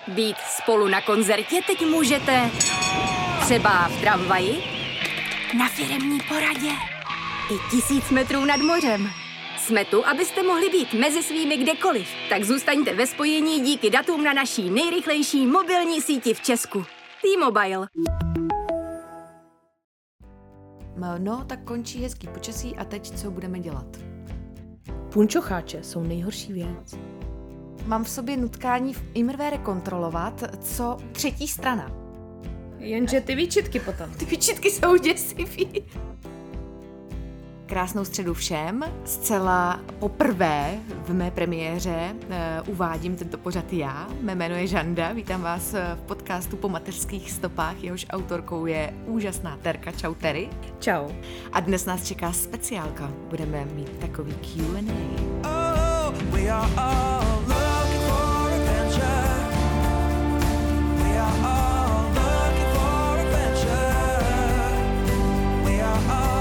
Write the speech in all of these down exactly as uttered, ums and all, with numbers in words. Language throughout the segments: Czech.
Být spolu na koncertě teď můžete třeba v tramvaji, na firemní poradě i tisíc metrů nad mořem. Jsme tu, abyste mohli být mezi svými kdekoliv. Tak zůstaňte ve spojení díky datům na naší nejrychlejší mobilní síti v Česku. T-Mobile. No, tak končí hezký počasí a teď co budeme dělat? Punčocháče jsou nejhorší věc. Mám v sobě nutkání v Imrvére kontrolovat, co třetí strana. Jenže ty výčitky potom. Ty výčitky jsou děsivý. Krásnou středu všem. Zcela poprvé v mé premiéře uh, uvádím tento pořad já. Mé jméno je Žanda, vítám vás v podcastu Po mateřských stopách, jehož autorkou je úžasná Terka. Čau Tery. Čau. A dnes nás čeká speciálka. Budeme mít takový Q and A. Oh, we are all looking for adventure. We are all looking for adventure. We are all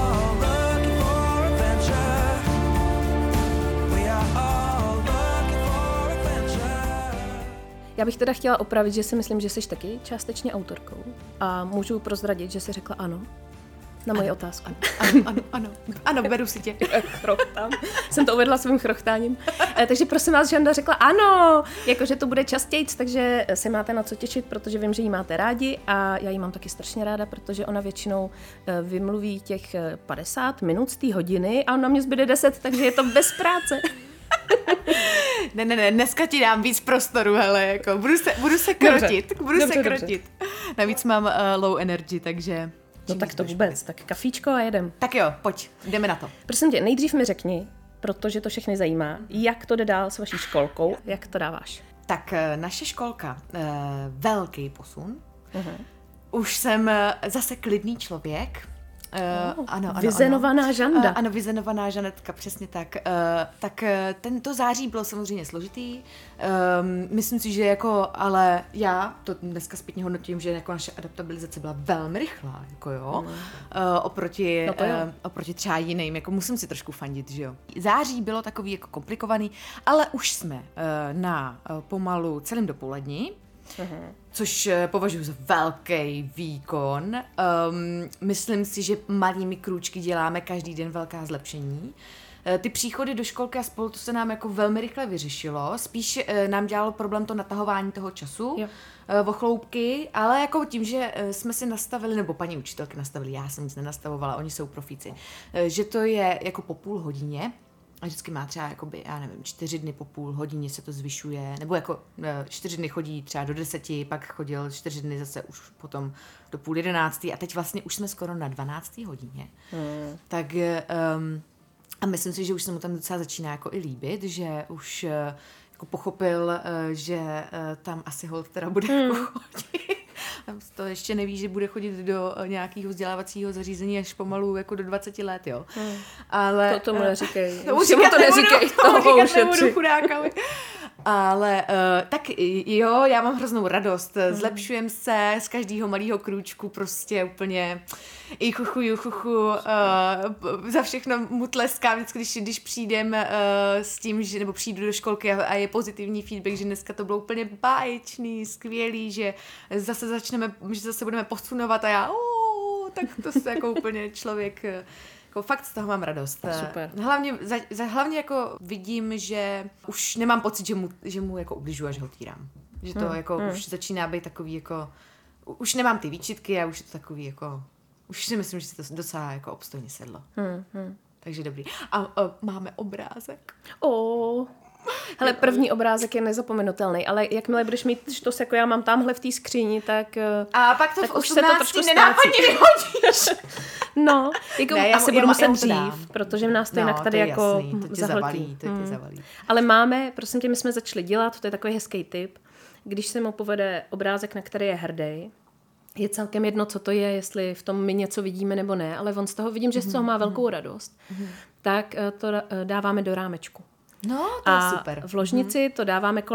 Já bych teda chtěla opravit, že si myslím, že jsi taky částečně autorkou a můžu prozradit, že jsi řekla ano na moji ano, otázku. Ano, ano, ano, ano, beru si tě. Chrochtám. Jsem to uvedla svým chrochtáním. Takže prosím vás, Žanda řekla ano, jakože to bude častějc, takže se máte na co těšit, protože vím, že ji máte rádi a já ji mám taky strašně ráda, protože ona většinou vymluví těch padesát minut z té hodiny a ona mě zbyde deset, takže je to bez práce. Ne, ne, ne, dneska ti dám víc prostoru, hele, jako budu se, budu se krotit, dobře, budu dobře, se krotit. Dobře. Navíc mám uh, low energy, takže... No tak to vůbec, špatný. Tak kafíčko a jedem. Tak jo, pojď, jdeme na to. Prosím tě, nejdřív mi řekni, protože to všechny zajímá, jak to jde dál s vaší školkou, jak to dáváš? Tak naše školka, uh, velký posun. Uh-huh. Už jsem uh, zase klidný člověk. Uh, ano, ano, vyzenovaná ano. Žanda. Uh, ano, vyzenovaná Žanetka, přesně tak. Uh, tak uh, tento září bylo samozřejmě složitý. Um, myslím si, že jako, ale já to dneska zpětně hodnotím, že jako naše adaptabilizace byla velmi rychlá, jako jo. Mm. Uh, oproti, no uh, oproti třeba jiným, jako musím si trošku fandit, že jo. Září bylo takový jako komplikovaný, ale už jsme uh, na uh, pomalu celém dopolední. Uhum. Což považuji za velký výkon. Um, myslím si, že malými krůčky děláme každý den velká zlepšení. Uh, ty příchody do školky a spolu to se nám jako velmi rychle vyřešilo. Spíš uh, nám dělalo problém to natahování toho času, uh, ochloupky, ale jako tím, že uh, jsme si nastavili, nebo paní učitelky nastavili, já jsem nic nenastavovala, oni jsou profíci, uh, že to je jako po půl hodině. A vždycky má třeba, jakoby, já nevím, čtyři dny po půl hodině se to zvyšuje, nebo jako čtyři dny chodí třeba do deseti, pak chodil čtyři dny zase už potom do půl jedenáctý a teď vlastně už jsme skoro na dvanáctý hodině. Hmm. Tak um, a myslím si, že už se mu tam docela začíná jako i líbit, že už uh, jako pochopil, uh, že uh, tam asi holt teda bude hmm. jako chodit. To ještě neví, že bude chodit do nějakého vzdělávacího zařízení až pomalu jako do dvaceti let, jo. Hmm. Ale... To tomu neříkej. To mu říkat to neříkej. Toho říkat nebudu, chudákovi. Ale uh, tak jo, já mám hroznou radost. Hmm. Zlepšujem se z každého malého krůčku, prostě úplně i chuchu, juchuchu, uh, za všechno mu tleskám vždycky, když, když přijdem uh, s tím, že, nebo přijdu do školky a, a je pozitivní feedback, že dneska to bylo úplně báječný, skvělý, že zase začneme, že zase budeme posunovat a já, uh, tak to se jako úplně člověk... Jako fakt z toho mám radost. Super. Hlavně, za, za, hlavně jako vidím, že už nemám pocit, že mu, že mu jako ubližuji a že ho týrám. Že to hmm. jako hmm. už začíná být takový jako... Už nemám ty výčitky a už je to takový jako... Už si myslím, že se to docela jako obstojně sedlo. Hmm. Hmm. Takže dobrý. A, a máme obrázek. Oh. Hele, první obrázek je nezapomenutelný, ale jakmile budeš mít štos, jako já mám tamhle v té skříni, tak a pak to tak v už se to trošku nenápadně vyhodíš. No, jako ne, já, asi já, budu muset dřív, dřív, protože v nás to no, jinak tady to jako jasný, to tě zavalí, to hmm. tě zavalí. Ale máme, prosím tě, my jsme začali dělat, to je takový hezký tip, když se mu povede obrázek, na který je hrdý, je celkem jedno, co to je, jestli v tom my něco vidíme nebo ne, ale on z toho vidím, že z toho má velkou radost, mm-hmm. tak to dáváme do rámečku. No, to je a super. v ložnici mm-hmm. to dáváme kolem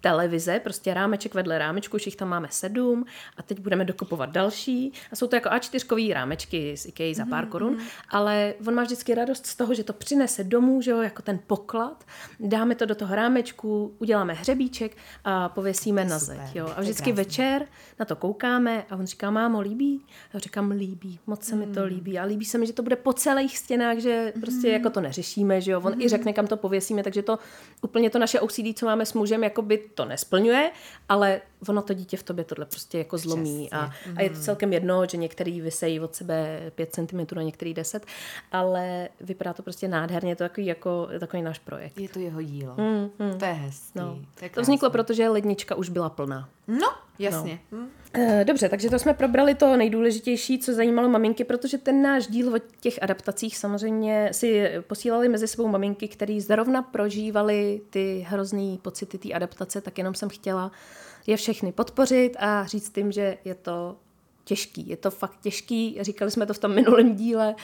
televize, prostě rámeček vedle rámečku, už jich tam máme sedm a teď budeme dokupovat další. A jsou to jako á čtyřkový rámečky z IKEA za pár korun, ale on má vždycky radost z toho, že to přinese domů, že jo, jako ten poklad. Dáme to do toho rámečku, uděláme hřebíček a pověsíme na zeď, jo. A vždycky večer na to koukáme a on říká, mámo, líbí? Já říkám, líbí, moc se mi to líbí. A líbí se mi, že to bude po celých stěnách, že prostě jako to neřešíme, že jo. On i řekne, kam to pověsíme, takže to úplně to naše O C D, co máme s mužem, jakoby to nesplňuje, ale ono to dítě v tobě tohle prostě jako zlomí. A, a je to celkem jedno, že některý vysejí od sebe pět centimetrů a některý deset, ale vypadá to prostě nádherně, je to takový, jako, takový náš projekt. Je to jeho dílo. Mm, mm. To je hezký. No. To, je to vzniklo, protože lednička už byla plná. No, jasně. No. Hm. Dobře, takže to jsme probrali to nejdůležitější, co zajímalo maminky, protože ten náš díl o těch adaptacích samozřejmě si posílali mezi sebou maminky, které zrovna prožívaly ty hrozný pocity té adaptace, tak jenom jsem chtěla je všechny podpořit a říct jim, že je to těžký. Je to fakt těžký, říkali jsme to v tom minulém díle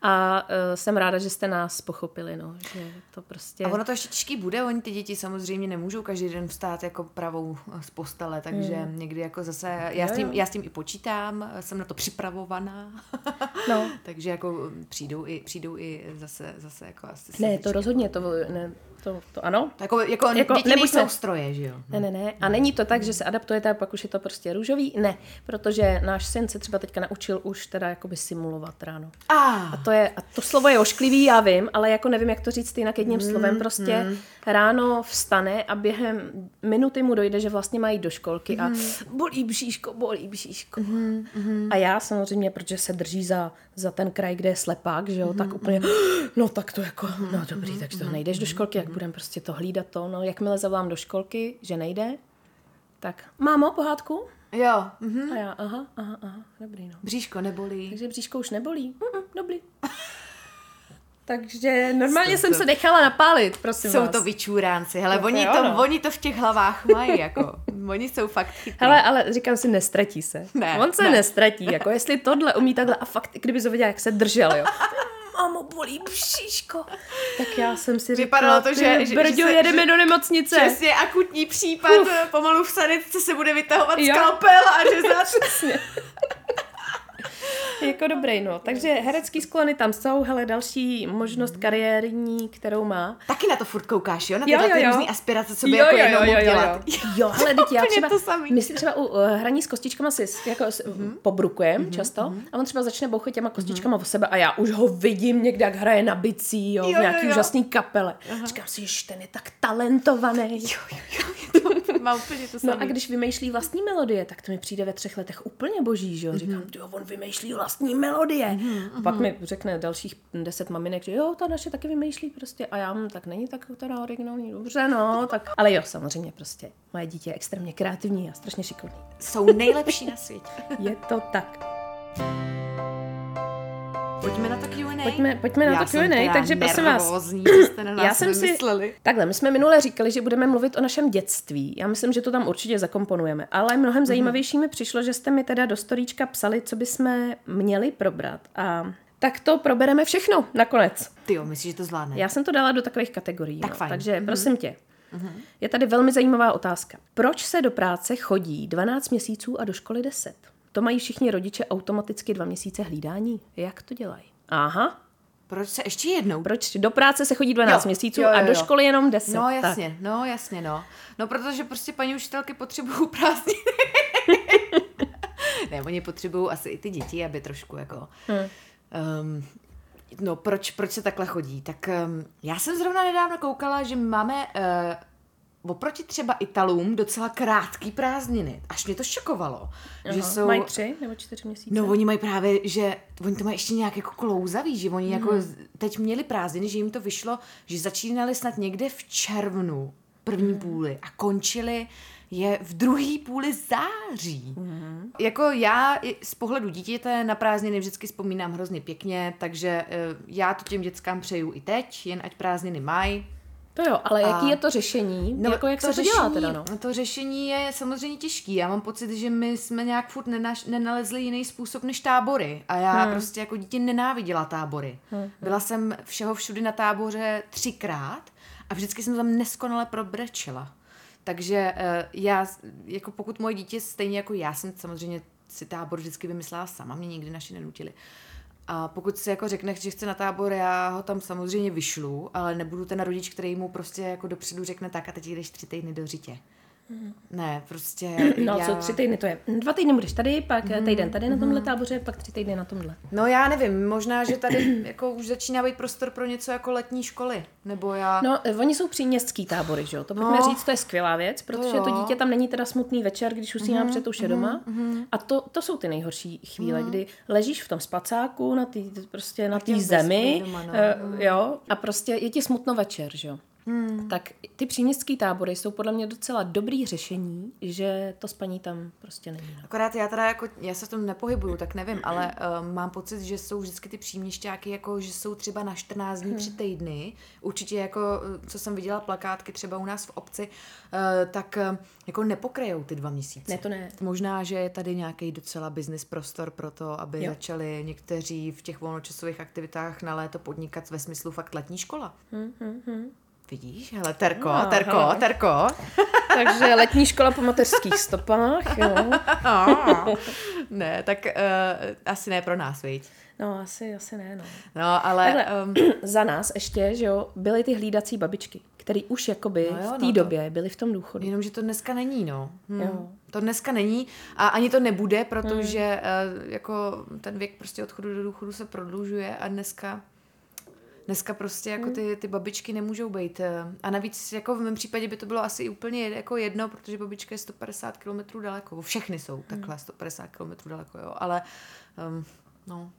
a uh, jsem ráda, že jste nás pochopili, no, že to prostě... A ono to ještě těžký bude, oni ty děti samozřejmě nemůžou každý den vstát jako pravou z postele, takže mm. někdy jako zase, já, jo, s tím, já s tím i počítám, jsem na to připravovaná, no. takže jako přijdou i, přijdou i zase, zase jako asi... Ne, to rozhodně, to ne, To, to ano. Jako, jako, jako děti nejsou se... stroje, že jo? Ne, ne, ne. A není to tak, že se adaptujete a pak už je to prostě růžový? Ne, protože náš syn se třeba teďka naučil už teda jakoby simulovat ráno. Ah. A to je, a to slovo je ošklivý, já vím, ale jako nevím, jak to říct jinak jedním mm, slovem. Prostě mm. ráno vstane a během minuty mu dojde, že vlastně mají do školky mm. a bolí bříško, bolí bříško. Mm, mm. A já samozřejmě, protože se drží za, za ten kraj, kde je slepák, že jo, mm, tak úplně, no tak to jako, no dobrý, takže to nejdeš do školky, jak budeme prostě to hlídat to, no jakmile zavolám do školky, že nejde, tak mámo, pohádku? Jo. Mhm. A já, aha, aha, aha, dobrý, no. Bříško nebolí. Takže bříško už nebolí. Mm-mm, dobrý. Takže normálně jsem to... se nechala napálit, prosím jsou vás. To vyčůránci, hele, to oni, jo, to, no. oni to v těch hlavách mají, jako, oni jsou fakt chytrý. Hele, ale říkám si, nestratí se. Ne, On se ne. nestratí, jako jestli tohle umí takhle a fakt, kdyby to viděla, jak se držel, jo. Mámo, bolí bříško. Tak já jsem si vypadalo říkala, to, že, že, Brďo, že jedeme že, do nemocnice. Přesně, akutní případ, Uf. pomalu v sanitce se bude vytahovat jo. skalpel a řezat. Přesně. Jako dobrý, no. Takže herecký sklony tam jsou, hele, další možnost kariérní, kterou má. Taky na to furt koukáš, jo? Na tyhle ty různý aspirace, co by jo, jako jo, jednou jo, mohl jo, dělat. Jo, jo hele, teď já třeba, my si třeba u uh, hraní s kostičkama si jako mm-hmm. pobrukujeme mm-hmm. často mm-hmm. a on třeba začne bouchat těma kostičkama mm-hmm. o sebe a já už ho vidím někde, jak hraje na bicí, jo, jo v nějaký jo, jo. úžasný kapele. Aha. Říkám si, že ten je tak talentovaný. Jo, jo, jo, to má úplně to samé. No a když vymýšlí vlastní melodie, tak to mi přijde ve třech letech úplně boží, že jo. Říkám, mm-hmm. jo, on vymýšlí vlastní melodie. Mm-hmm. A pak mi řekne dalších deset maminek, že jo, ta naše taky vymýšlí prostě a já tak není tak teda originální, dobře, no, tak. Ale jo, samozřejmě prostě, moje dítě je extrémně kreativní a strašně šikovný. Jsou nejlepší na světě. Je to tak. Pojďme na to Q and A. Pojďme, pojďme na já to Q and A, takže prosím vás. Jste na nás já jsem si, takhle, my jsme minule říkali, že budeme mluvit o našem dětství. Já myslím, že to tam určitě zakomponujeme. Ale mnohem zajímavější mi přišlo, že jste mi teda do storíčka psali, co bychom měli probrat. A tak to probereme všechno nakonec. Ty jo, myslíš, že to zvládne? Já jsem to dala do takových kategorií. Tak no. fajn. Takže mm-hmm. prosím tě. Mm-hmm. Je tady velmi zajímavá otázka. Proč se do práce chodí dvanáct měsíců a do školy deset? To mají všichni rodiče automaticky dva měsíce hlídání? Jak to dělají? Aha. Proč se ještě jednou? Proč do práce se chodí dvanáct jo, měsíců jo, jo, jo. a do školy jenom deset? No jasně, tak. no jasně, no. No protože prostě paní učitelky potřebují prázdniny. Ne, oni potřebují asi i ty děti, aby trošku jako... Hmm. Um, no proč, proč se takhle chodí? Tak um, já jsem zrovna nedávno koukala, že máme... Uh, oproti třeba Italům docela krátký prázdniny. Až mě to šokovalo. Aha, že jsou... Mají tři nebo čtyři měsíce? No oni mají právě, že oni to mají ještě nějak jako klouzavý, že oni mm. jako teď měli prázdniny, že jim to vyšlo, že začínali snad někde v červnu první mm. půli a končili je v druhý půli září. Mm. Jako já z pohledu dítěte na prázdniny vždycky vzpomínám hrozně pěkně, takže já to těm dětskám přeju i teď, jen ať prázdniny mají. To jo, ale jaký a... je to řešení? No, jako jak to se řešení, to dělá teda, no? To řešení je samozřejmě těžký. Já mám pocit, že my jsme nějak furt nenaš, nenalezli jiný způsob než tábory. A já hmm. prostě jako dítě nenáviděla tábory. Hmm. Byla jsem všeho všudy na táboře třikrát a vždycky jsem tam neskonale probrečela. Takže já, jako pokud moje dítě, stejně jako já jsem samozřejmě si tábor vždycky vymyslela sama, mě nikdy naši nenutili. A pokud si jako řekne, že chce na tábor, já ho tam samozřejmě vyšlu, ale nebudu ten rodič, který mu prostě jako dopředu řekne tak a teď jdeš tři týdny do Řitě. Mm. Ne, prostě No já... co tři týdny to je? Dva týdny budeš tady, pak mm. týden tady na tomhle táboře, pak tři týdny na tomhle. No já nevím, možná, že tady jako už začíná být prostor pro něco jako letní školy, nebo já... No, oni jsou příměstský tábory, že jo? To pojďme no, říct, to je skvělá věc, protože to, to dítě tam není teda smutný večer, když usíná mm, před už je doma. Mm, a to, to jsou ty nejhorší chvíle, mm. kdy ležíš v tom spacáku na té prostě na té zemi, doma, no. uh, jo, a prostě je ti smutno večer, že jo? Hmm. Tak ty příměstský tábory jsou podle mě docela dobrý řešení, že to spaní tam prostě není. Akorát já teda jako, já se v tom nepohybuju, tak nevím, ale uh, mám pocit, že jsou vždycky ty příměšťáky, jako, že jsou třeba na čtrnáct dní, tři týdny. Určitě jako, co jsem viděla plakátky třeba u nás v obci, uh, tak uh, jako nepokrajou ty dva měsíce. Ne, to ne. Možná, že je tady nějaký docela business prostor pro to, aby jo. začali někteří v těch volnočasových aktivitách na léto podnikat ve smyslu fakt letní škola. Hmm, hmm, hmm. Vidíš? Hele, Terko, no, Terko, hele. Terko. Takže letní škola po mateřských stopách, jo. Ne, tak uh, asi ne pro nás, viď? No, asi, asi ne, no. No, ale... Takhle, um, za nás ještě, že jo, byly ty hlídací babičky, které už jakoby no jo, v té no době to... byly v tom důchodu. Jenomže to dneska není, no. Hm. Jo. To dneska není a ani to nebude, protože hmm. uh, jako ten věk prostě odchodu do důchodu se prodlužuje a dneska... Dneska prostě jako ty, ty babičky nemůžou být. A navíc jako v mém případě by to bylo asi úplně jako jedno, protože babička je sto padesát kilometrů daleko. Všechny jsou takhle sto padesát kilometrů daleko, jo. Ale um, no.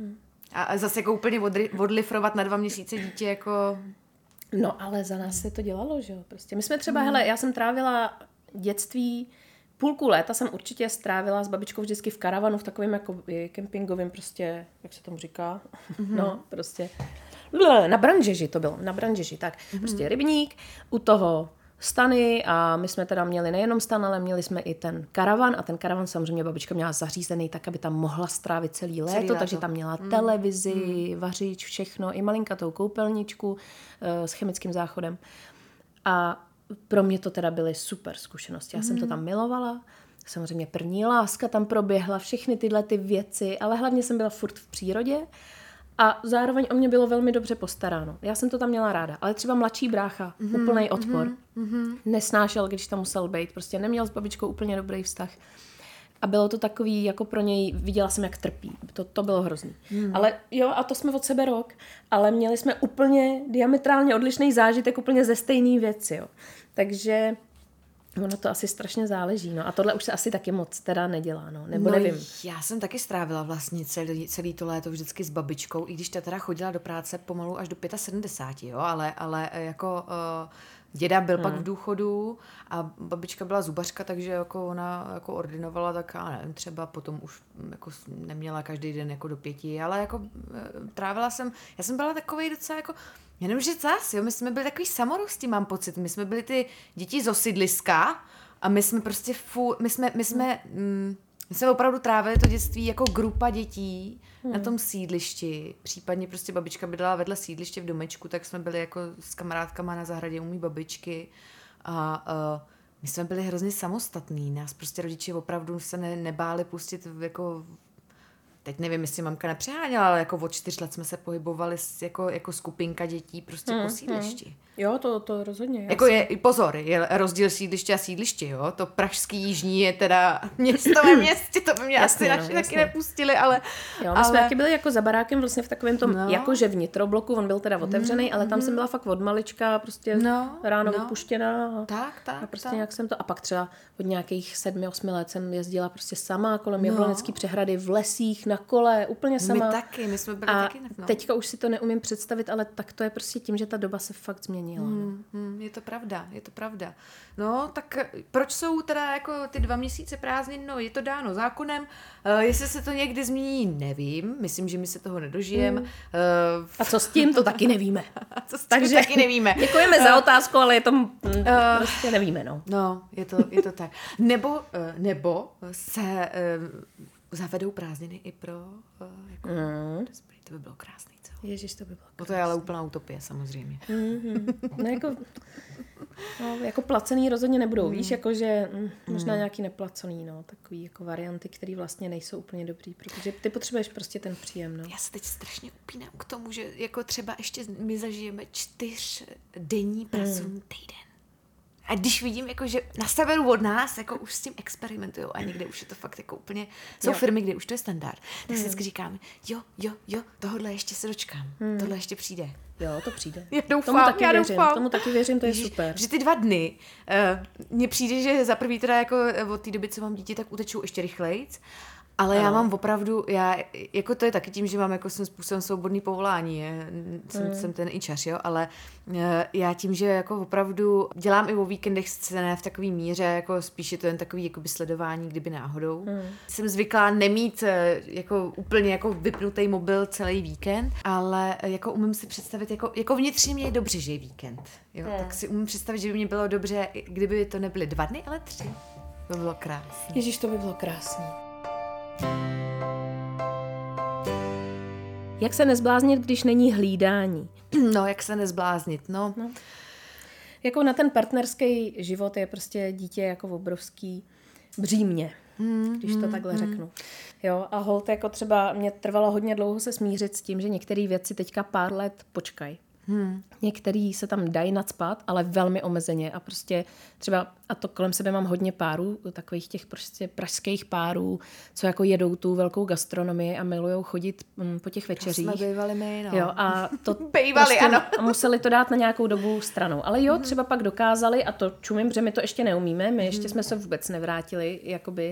A zase jako úplně odli, odlifrovat na dva měsíce dítě jako... No ale za nás se to dělalo, že jo. Prostě my jsme třeba, hmm. hele, já jsem trávila dětství, půlku léta jsem určitě strávila s babičkou vždycky v karavanu, v takovém jako kempingovém prostě, jak se tomu říká, mm-hmm. no prostě... Na Branžeži to bylo, na Branžeži, tak mm-hmm. prostě rybník, u toho stany a my jsme teda měli nejenom stan, ale měli jsme i ten karavan a ten karavan samozřejmě babička měla zařízený tak, aby tam mohla strávit celý léto, celý léto. Takže tam měla mm. televizi, mm. vařič, všechno, i malinkatou koupelničku uh, s chemickým záchodem. A pro mě to teda byly super zkušenosti. Já mm. jsem to tam milovala, samozřejmě první láska tam proběhla, všechny tyhle ty věci, ale hlavně jsem byla furt v přírodě. A zároveň o mě bylo velmi dobře postaráno. Já jsem to tam měla ráda. Ale třeba mladší brácha, mm-hmm, úplnej odpor. Mm-hmm. Nesnášel, když tam musel být. Prostě neměl s babičkou úplně dobrý vztah. A bylo to takový, jako pro něj, viděla jsem, jak trpí. To, to bylo hrozný. Mm. Ale jo, a to jsme od sebe rok. Ale měli jsme úplně diametrálně odlišný zážitek, úplně ze stejné věci. Jo. Takže... ono to asi strašně záleží, no. A tohle už se asi taky moc teda nedělá, no. Nebo no, nevím. Já jsem taky strávila vlastně celý, celý to léto vždycky s babičkou, i když ta teda chodila do práce pomalu až do sedmdesáti pěti, jo, ale, ale jako uh, děda byl hmm. pak v důchodu a babička byla zubařka, takže jako ona jako ordinovala, tak já nevím, třeba potom už jako neměla každý den jako do pěti, ale jako uh, trávila jsem, já jsem byla takovej docela jako jenomže zás, jo, my jsme byli takový samorosti, mám pocit. My jsme byli ty děti z osídliska a my jsme prostě fu, my jsme, my jsme, mm, my jsme opravdu trávili to dětství jako grupa dětí hmm. na tom sídlišti. Případně prostě babička bydlela vedle sídliště v domečku, tak jsme byli jako s kamarádkama na zahradě u mý babičky a uh, my jsme byli hrozně samostatní. Nás prostě rodiče opravdu se ne, nebáli pustit jako... Teď nevím, jestli mamka nepřeháněla, ale jako od čtyř let jsme se pohybovali s, jako, jako skupinka dětí prostě hmm, po sídlišti. Hmm. Jo, to, to rozhodně. Jako je, pozor, je rozdíl sídliště a sídliště, jo. To pražský jižní je teda město ve městě, to by mě jasně, asi naši no, taky nepustili, ale... Jo, my ale... jsme taky byli jako za barákem vlastně v takovém tom, no. jakože vnitrobloku, on byl teda otevřený, mm, ale tam mm. jsem byla fakt od malička, prostě no, ráno no. vypuštěná. A, tak, tak, a prostě tak. nějak jsem to, a pak třeba od nějakých sedmi, osmi let jsem jezdila prostě sama kolem no. Jablonecký přehrady v lesích, na kole, úplně sama. My taky, my jsme byli a taky. No. teďka už si to neumím představit, ale tak to je prostě tím, že ta doba se fakt změnila. Hmm, hmm, je to pravda, je to pravda. No, tak proč jsou teda jako ty dva měsíce prázdnin? No, je to dáno zákonem. Uh, jestli se to někdy změní, nevím. Myslím, že my se toho nedožijeme. Hmm. Uh, a co s tím, to taky nevíme. A co s tím, Takže taky nevíme. Děkujeme uh, za otázku, ale je to uh, prostě nevíme, no. No, je to, je to tak. Nebo, uh, nebo se uh, zavedou prázdniny i pro uh, jako, hmm. to by bylo krásný, co? Ježiš, to by bylo krásný. To je ale úplná utopie, samozřejmě. Mm-hmm. No, jako, no, jako placený rozhodně nebudou, mm. víš, jakože mm, možná mm. nějaký neplacený, no, takový jako varianty, které vlastně nejsou úplně dobrý, protože ty potřebuješ prostě ten příjem, no. Já se teď strašně upínám k tomu, že jako třeba ještě my zažijeme čtyřdenní pracovní mm. týden. A když vidím, jako, že na severu od nás jako už s tím experimentujou a někde už je to fakt jako úplně, jsou jo. firmy, kde už to je standard, tak hmm. si vždycky říkám, jo, jo, jo, tohle ještě se dočkám, hmm. tohle ještě přijde. Jo, to přijde. Já doufám, tomu taky já věřím, doufám. Tomu taky věřím, to je Ježiš, super. Že ty dva dny, uh, mně přijde, že za prvý teda jako od té doby, co mám dítě, tak utečou ještě rychlejc. Ale ano. Já mám opravdu, já, jako to je taky tím, že mám jako svým způsobem svobodný povolání, je, jsem, mm. jsem ten ičař, jo, ale já tím, že jako opravdu dělám i o víkendech scéné v takový míře, jako spíš je to jen takový jakoby sledování, kdyby náhodou. Mm. Jsem zvyklá nemít jako úplně jako vypnutý mobil celý víkend, ale jako umím si představit, jako, jako vnitřně mě je dobře, že je víkend, jo, mm. tak si umím představit, že by mě bylo dobře, kdyby to nebyly dva dny, ale tři. To by bylo krásné. Ježíš, to by bylo krásné. Jak se nezbláznit, když není hlídání? No, jak se nezbláznit, no. no. Jako na ten partnerský život je prostě dítě jako obrovský břímě, hmm, když to hmm, takhle hmm. řeknu. Jo, a holt jako třeba mě trvalo hodně dlouho se smířit s tím, že některé věci teďka pár let počkají. Hmm. Některý se tam dají nacpat, ale velmi omezeně a prostě třeba, a to kolem sebe mám hodně párů, takových těch prostě pražských párů, co jako jedou tu velkou gastronomii a milujou chodit m, po těch večeřích. To jsme bývali my, no. Jo, a to bývali, prostě, ano. A museli to dát na nějakou dobu stranou. Ale jo, třeba pak dokázali, a to čumím, že my to ještě neumíme, my ještě jsme se vůbec nevrátili, jakoby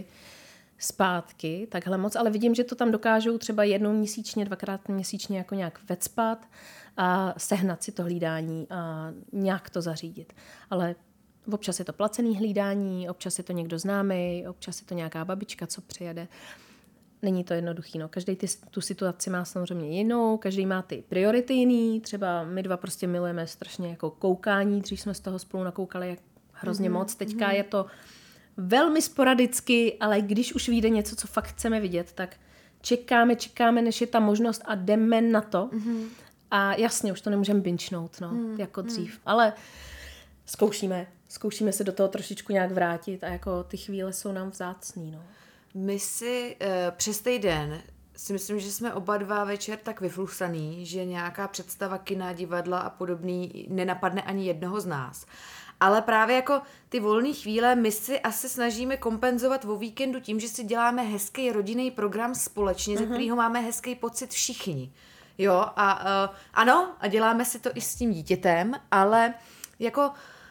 zpátky, takhle moc, ale vidím, že to tam dokážou třeba jednou měsíčně, dvakrát měsíčně jako nějak vecpat a sehnat si to hlídání a nějak to zařídit. Ale občas je to placený hlídání, občas je to někdo známý, občas je to nějaká babička, co přijede. Není to jednoduchý. No. Každý ty, tu situaci má samozřejmě jinou, každý má ty priority jiný. Třeba my dva prostě milujeme strašně jako koukání, dřív jsme z toho spolu nakoukali jak hrozně mm-hmm. moc. Teďka mm-hmm. je to velmi sporadicky, ale když už vyjde něco, co fakt chceme vidět, tak čekáme, čekáme, než je ta možnost a jdeme na to. Mm-hmm. A jasně, už to nemůžeme binčnout, no, mm, jako dřív. Mm. Ale zkoušíme, zkoušíme se do toho trošičku nějak vrátit a jako ty chvíle jsou nám vzácný, no. My si uh, přes týden si myslím, že jsme oba dva večer tak vyflusaný, že nějaká představa kina, divadla a podobný nenapadne ani jednoho z nás. Ale právě jako ty volné chvíle my si asi snažíme kompenzovat o víkendu tím, že si děláme hezký rodinný program společně, mm-hmm. ze kterého máme hezký pocit všichni. Jo, a uh, ano, a děláme si to i s tím dítětem, ale jako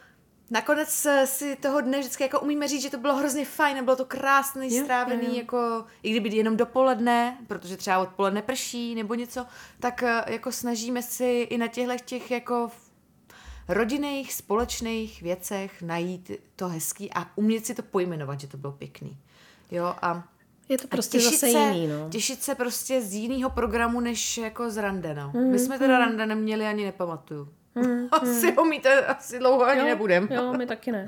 nakonec si toho dne vždycky jako umíme říct, že to bylo hrozně fajn, bylo to krásný, jo, strávený, jo. jako i kdyby jenom dopoledne, protože třeba odpoledne prší nebo něco, tak uh, jako snažíme si i na těchto těch jako rodinných, společných věcech najít to hezký a umět si to pojmenovat, že to bylo pěkný. Jo, a je to prostě zase se, jiný, no. Těšit se prostě z jiného programu, než jako z rande, no. Mm, My jsme teda mm. rande neměli, ani nepamatuju. Mm, asi mm. ho mít asi dlouho ani jo, nebudem. Jo, my taky ne.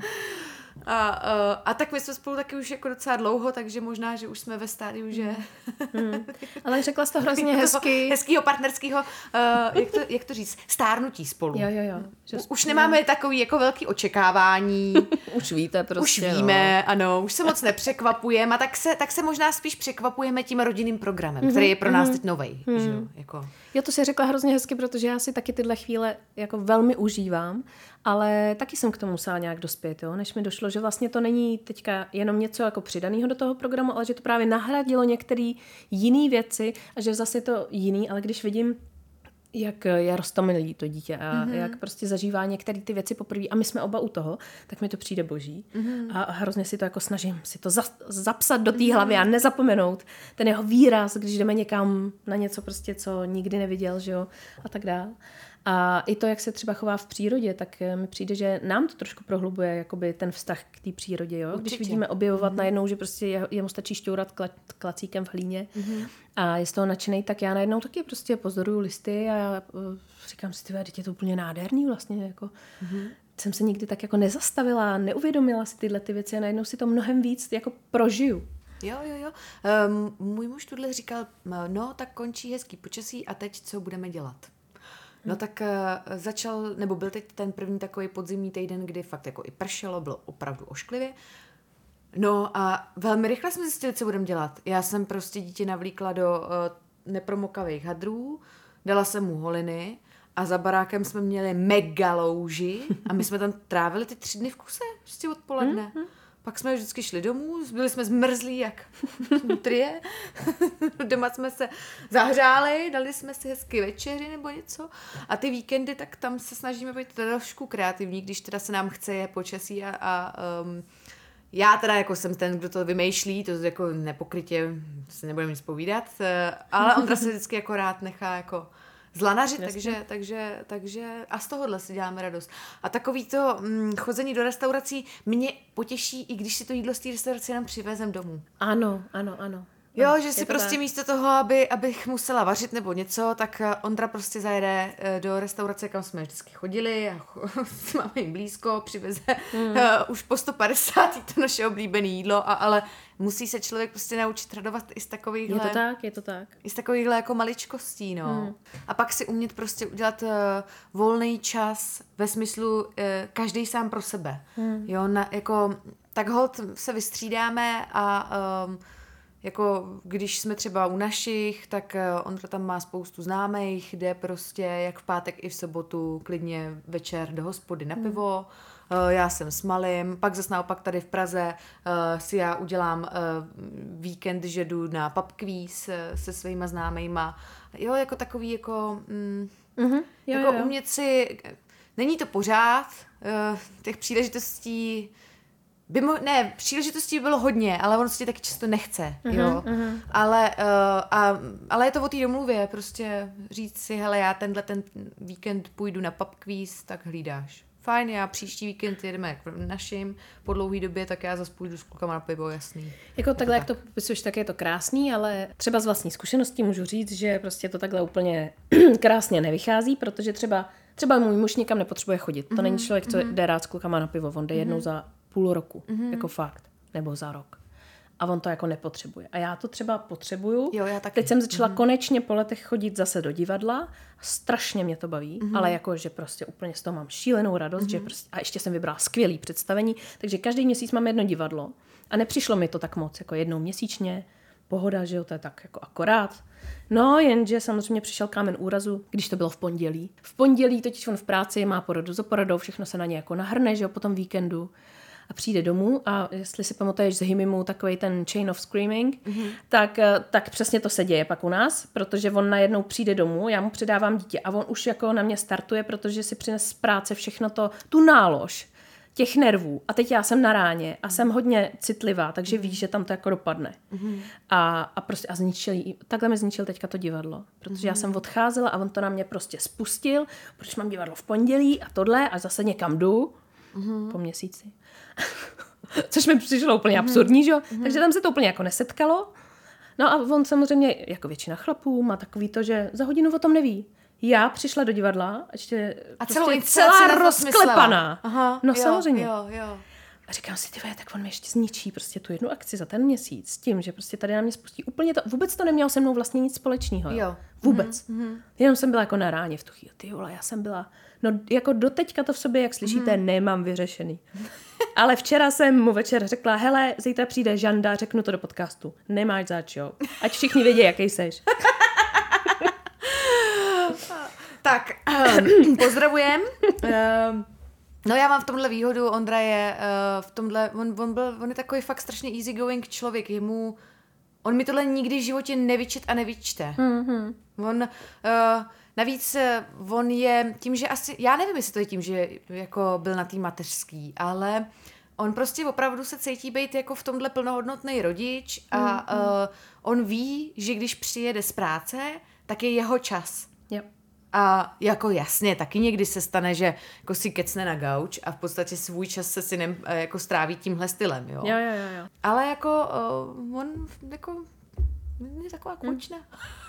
A, a, a tak my jsme spolu taky už jako docela dlouho, takže možná, že už jsme ve stádiu, že... Hmm. Ale řekla jsi to hrozně hezky. Hezkýho partnerského, uh, jak, to, jak to říct, stárnutí spolu. Jo, jo, jo. Že už nemáme takový jako velký očekávání. Už víte prostě. Už víme, no. Ano, už se moc nepřekvapujeme a tak se, tak se možná spíš překvapujeme tím rodinným programem, mm-hmm, který je pro nás mm-hmm. teď novej. Mm-hmm. Že jo, jako... jo, to si řekla hrozně hezky, protože já si taky tyhle chvíle jako velmi užívám, ale taky jsem k tomu musela nějak dospět, jo, než mi došlo, že vlastně to není teďka jenom něco jako přidaného do toho programu, ale že to právě nahradilo některé jiné věci a že zase je to jiný, ale když vidím, jak je roztomilý to dítě a mm-hmm. jak prostě zažívá některé ty věci poprvé a my jsme oba u toho, tak mi to přijde boží mm-hmm. a hrozně si to jako snažím si to za, zapsat do té mm-hmm. hlavy a nezapomenout ten jeho výraz, když jdeme někam na něco prostě, co nikdy neviděl, že jo, a tak dál. A i to, jak se třeba chová v přírodě, tak mi přijde, že nám to trošku prohlubuje jakoby ten vztah k té přírodě. Jo? Když vidíme objevovat mm-hmm. najednou, že prostě je, jemu stačí šťourat kla, klacíkem v hlíně mm-hmm. a je z toho nadšenej, tak já najednou taky prostě pozoruju listy a říkám si, tyhle, teď je to úplně nádherný vlastně. Jako. Mm-hmm. Jsem se nikdy tak jako nezastavila, neuvědomila si tyhle ty věci a najednou si to mnohem víc jako prožiju. Jo, jo, jo. Um, můj muž tuhle říkal, no tak končí hezký počasí a teď co budeme dělat? No tak uh, začal, nebo byl teď ten první takový podzimní týden, kdy fakt jako i pršelo, bylo opravdu ošklivě. No a velmi rychle jsme zjistili, co budeme dělat. Já jsem prostě dítě navlíkla do uh, nepromokavých hadrů, dala jsem mu holiny a za barákem jsme měli mega louži a my jsme tam trávili ty tři dny v kuse, prostě odpoledne. Mm-hmm. Pak jsme vždycky šli domů, byli jsme zmrzlí jak trie. Doma jsme se zahřáli, dali jsme si hezky večeři nebo něco. A ty víkendy, tak tam se snažíme být trošku kreativní, když teda se nám chce je počasí a, a um, já teda jako jsem ten, kdo to vymýšlí, to jako nepokrytě, se nebudeme nic povídat, ale Ondra se vždycky jako rád nechá jako zlanařit, takže, takže, takže a z tohohle si děláme radost. A takový to hm, chození do restaurací mě potěší, i když si to jídlo z té restaurace jenom přivezem domů. Ano, ano, ano. Jo, že si prostě tak. Místo toho, aby, abych musela vařit nebo něco, tak Ondra prostě zajede do restaurace, kam jsme vždycky chodili a máme jim blízko, přiveze mm. uh, už po sto padesát to naše oblíbené jídlo, a, ale musí se člověk prostě naučit radovat i z takovýchhle... Je to tak, je to tak. I z takovýchhle jako maličkostí, no. Mm. A pak si umět prostě udělat uh, volný čas ve smyslu uh, každý sám pro sebe. Mm. Jo, na, jako tak holt se vystřídáme a... Um, jako když jsme třeba u našich, tak on tam má spoustu známých, jde prostě jak v pátek i v sobotu klidně večer do hospody na pivo. Hmm. Já jsem s malým, pak zase naopak tady v Praze si já udělám víkend, že jdu na pub quiz se svýma známejma. Jo, jako takový jako, mm, mm-hmm. jo, jako jo, jo. umět si, není to pořád, těch příležitostí By mo- ne, příležitostí bylo hodně, ale ono se ti taky často nechce, uh-huh, jo. Uh-huh. Ale, uh, a, ale je to o té domluvě, prostě říct si, hele, já tenhle ten víkend půjdu na pub quiz, tak hlídáš. Fajn, já příští víkend jedeme k našim, po dlouhé době, tak já zase půjdu s klukama na pivo, jasný. Jako takhle, tak. Jak to popisuješ, tak je to krásný, ale třeba z vlastní zkušeností můžu říct, že prostě to takhle úplně krásně nevychází, protože třeba, třeba můj muž nikam nepotřebuje chodit. To mm-hmm, není člověk, co mm-hmm. jde rád s klukama na pivo, on jde mm-hmm. jednou za půl roku, mm-hmm. jako fakt, nebo za rok. A on to jako nepotřebuje. A já to třeba potřebuju. Jo, já taky. Teď jsem začala mm-hmm. konečně po letech chodit zase do divadla. Strašně mě to baví, mm-hmm. ale jako, že prostě úplně z toho mám šílenou radost, mm-hmm. že prostě, a ještě jsem vybrala skvělý představení, takže každý měsíc mám jedno divadlo. A nepřišlo mi to tak moc, jako jednou měsíčně. Pohoda, že jo, to je tak jako akorát. No, jenže samozřejmě přišel kámen úrazu, když to bylo v pondělí. V pondělí totiž on v práci má poradu za poradou, všechno se na ně jako nahrne, že jo, po tom víkendu. A přijde domů a jestli si pamatuješ z Himimu takovej ten chain of screaming, mm-hmm. tak, tak přesně to se děje pak u nás, protože on najednou přijde domů, já mu předávám dítě a on už jako na mě startuje, protože si přines z práce všechno to, tu nálož těch nervů. A teď já jsem na ráně a jsem hodně citlivá, takže víš, že tam to jako dopadne. Mm-hmm. A, a prostě a zničil, takhle mi zničil teďka to divadlo, protože mm-hmm. já jsem odcházela a on to na mě prostě spustil, proč mám divadlo v pondělí a tohle a zase někam jdu mm-hmm. po měsíci. Což mi přišlo úplně absurdní, že jo? Mm-hmm. Takže tam se to úplně jako nesetkalo. No a on samozřejmě, jako většina chlapů, má takový to, že za hodinu o tom neví. Já přišla do divadla a ještě a prostě celá rozklepaná. Aha, no jo, samozřejmě. Jo, jo. A říkám si, tyhle, tak on mi ještě zničí prostě tu jednu akci za ten měsíc s tím, že prostě tady na mě spustí úplně to, vůbec to nemělo se mnou vlastně nic společného. Jo. Jo. Vůbec. Mm-hmm. Jenom jsem byla jako na ráně v tu chvíli. Ty vole, já jsem byla, no jako doteďka to v sobě, jak slyšíte, mm-hmm. nemám vyřešený. Ale včera jsem mu večer řekla, hele, zítra přijde Žanda, řeknu to do podcastu. Nemáš zač, jo. Ať všichni vědí, jaký seš. Tak, um, pozdravujem. Um, no já mám v tomhle výhodu, Ondra je uh, v tomhle, on, on, byl, on je takový fakt strašně easygoing člověk, jemu, on mi tohle nikdy v životě nevyčet a nevyčte. Mm-hmm. On, uh, navíc on je tím, že asi, já nevím, jestli to je tím, že jako byl na té mateřský, ale on prostě opravdu se cítí být jako v tomhle plnohodnotný rodič a mm-hmm. uh, on ví, že když přijede z práce, tak je jeho čas. Yep. A jako jasně, taky někdy se stane, že jako si kecne na gauč a v podstatě svůj čas se synem jako stráví tímhle stylem, jo. Jo, jo, jo, jo. Ale jako uh, on jako je taková kvočna. Hmm.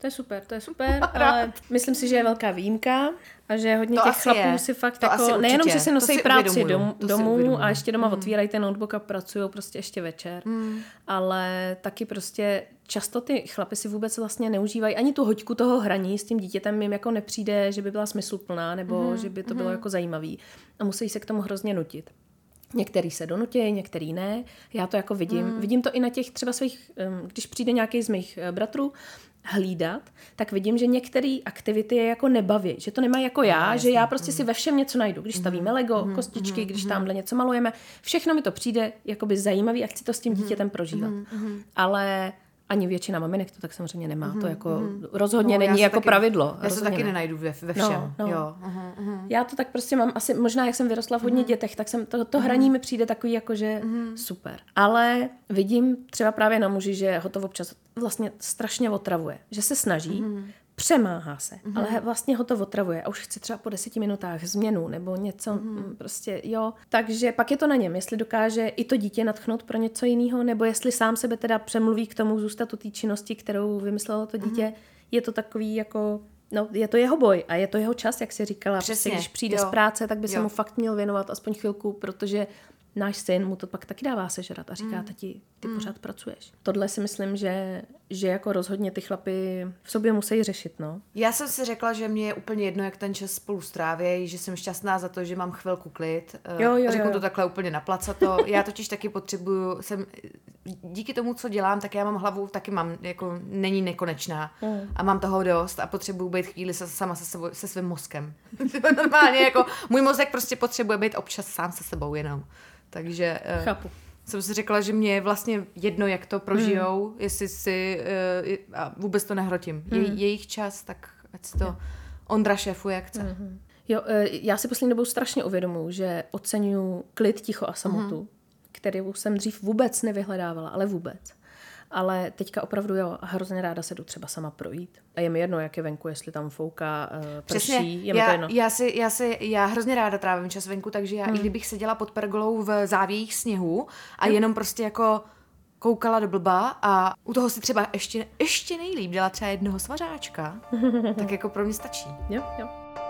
To je super, to je super, ale myslím si, že je velká výjimka a že hodně to těch chlapů je. si fakt to jako, nejenom, že si nosí práci dom, domů a ještě doma mm. otvírají ten notebook a pracují prostě ještě večer, mm. ale taky prostě často ty chlapy si vůbec vlastně neužívají ani tu hoďku toho hraní s tím dítětem, jim jako nepřijde, že by byla smysluplná nebo mm. že by to bylo mm. jako zajímavý a musí se k tomu hrozně nutit. Některý se donutí, některý ne. Já to jako vidím. Mm. Vidím to i na těch třeba svých, když přijde nějaký z mých bratrů hlídat, tak vidím, že některé aktivity je jako nebaví, že to nemají jako já, no, že já prostě mm. si ve všem něco najdu. Když stavíme Lego, mm. kostičky, když tamhle něco malujeme, všechno mi to přijde jakoby zajímavý a chci to s tím dítětem prožívat. Mm. Ale ani většina maminek to tak samozřejmě nemá. Mm, to jako mm. rozhodně no, není jako taky, pravidlo. Já se taky ne. nenajdu ve, ve všem. No, no. Jo. Uh-huh, uh-huh. Já to tak prostě mám asi, možná jak jsem vyrostla v hodně uh-huh. dětech, tak jsem to, to uh-huh. hraní mi přijde takový jako, že uh-huh. super. Ale vidím třeba právě na muži, že ho to občas vlastně strašně otravuje. Že se snaží, uh-huh. přemáhá se, mm-hmm. ale vlastně ho to otravuje a už chce třeba po deseti minutách změnu nebo něco mm-hmm. prostě, jo. Takže pak je to na něm, jestli dokáže i to dítě nadchnout pro něco jiného, nebo jestli sám sebe teda přemluví k tomu zůstat u té činnosti, kterou vymyslelo to dítě. Mm-hmm. Je to takový jako, no je to jeho boj a je to jeho čas, jak jsi říkala. Přesně, když přijde jo. z práce, tak by jo. se mu fakt měl věnovat aspoň chvilku, protože náš syn mu to pak taky dává sežrat a říká, mm. tati, ty mm. pořád pracuješ. Tohle si myslím, že, že jako rozhodně ty chlapy v sobě musí řešit, no. Já jsem si řekla, že mě je úplně jedno, jak ten čas spolu strávějí, že jsem šťastná za to, že mám chvilku klid. Jo, jo, Řeknu jo. to takhle úplně naplacato. Já totiž taky potřebuju, jsem, díky tomu, co dělám, tak já mám hlavu, taky mám, jako není nekonečná. Mm. A mám toho dost a potřebuju být chvíli se, sama se, sebou, se svým mozkem. Normálně, jako můj mozek prostě potřebuje být občas sám se sebou jenom. Takže Chápu. jsem si řekla, že mě je vlastně jedno, jak to prožijou, mm. jestli si uh, a vůbec to nehrotím. Mm. Je, jejich čas, tak ať si to yeah. Ondra šéfuje, jak chce. Mm-hmm. Jo, já si poslední dobou strašně uvědomuji, že oceňuji klid, ticho a samotu, mm. kterou jsem dřív vůbec nevyhledávala, ale vůbec. Ale teďka opravdu jo, hrozně ráda se jdu třeba sama projít. A je mi jedno, jak je venku, jestli tam fouká, uh, prší, Přesně, je mi já, to jedno. Já, si, já, si, já hrozně ráda trávím čas venku, takže já, hmm. i kdybych seděla pod pergolou v závějích sněhu a hmm. jenom prostě jako koukala do blba a u toho si třeba ještě, ještě nejlíp dala třeba jednoho svařáčka, tak jako pro mě stačí. Jo, jo.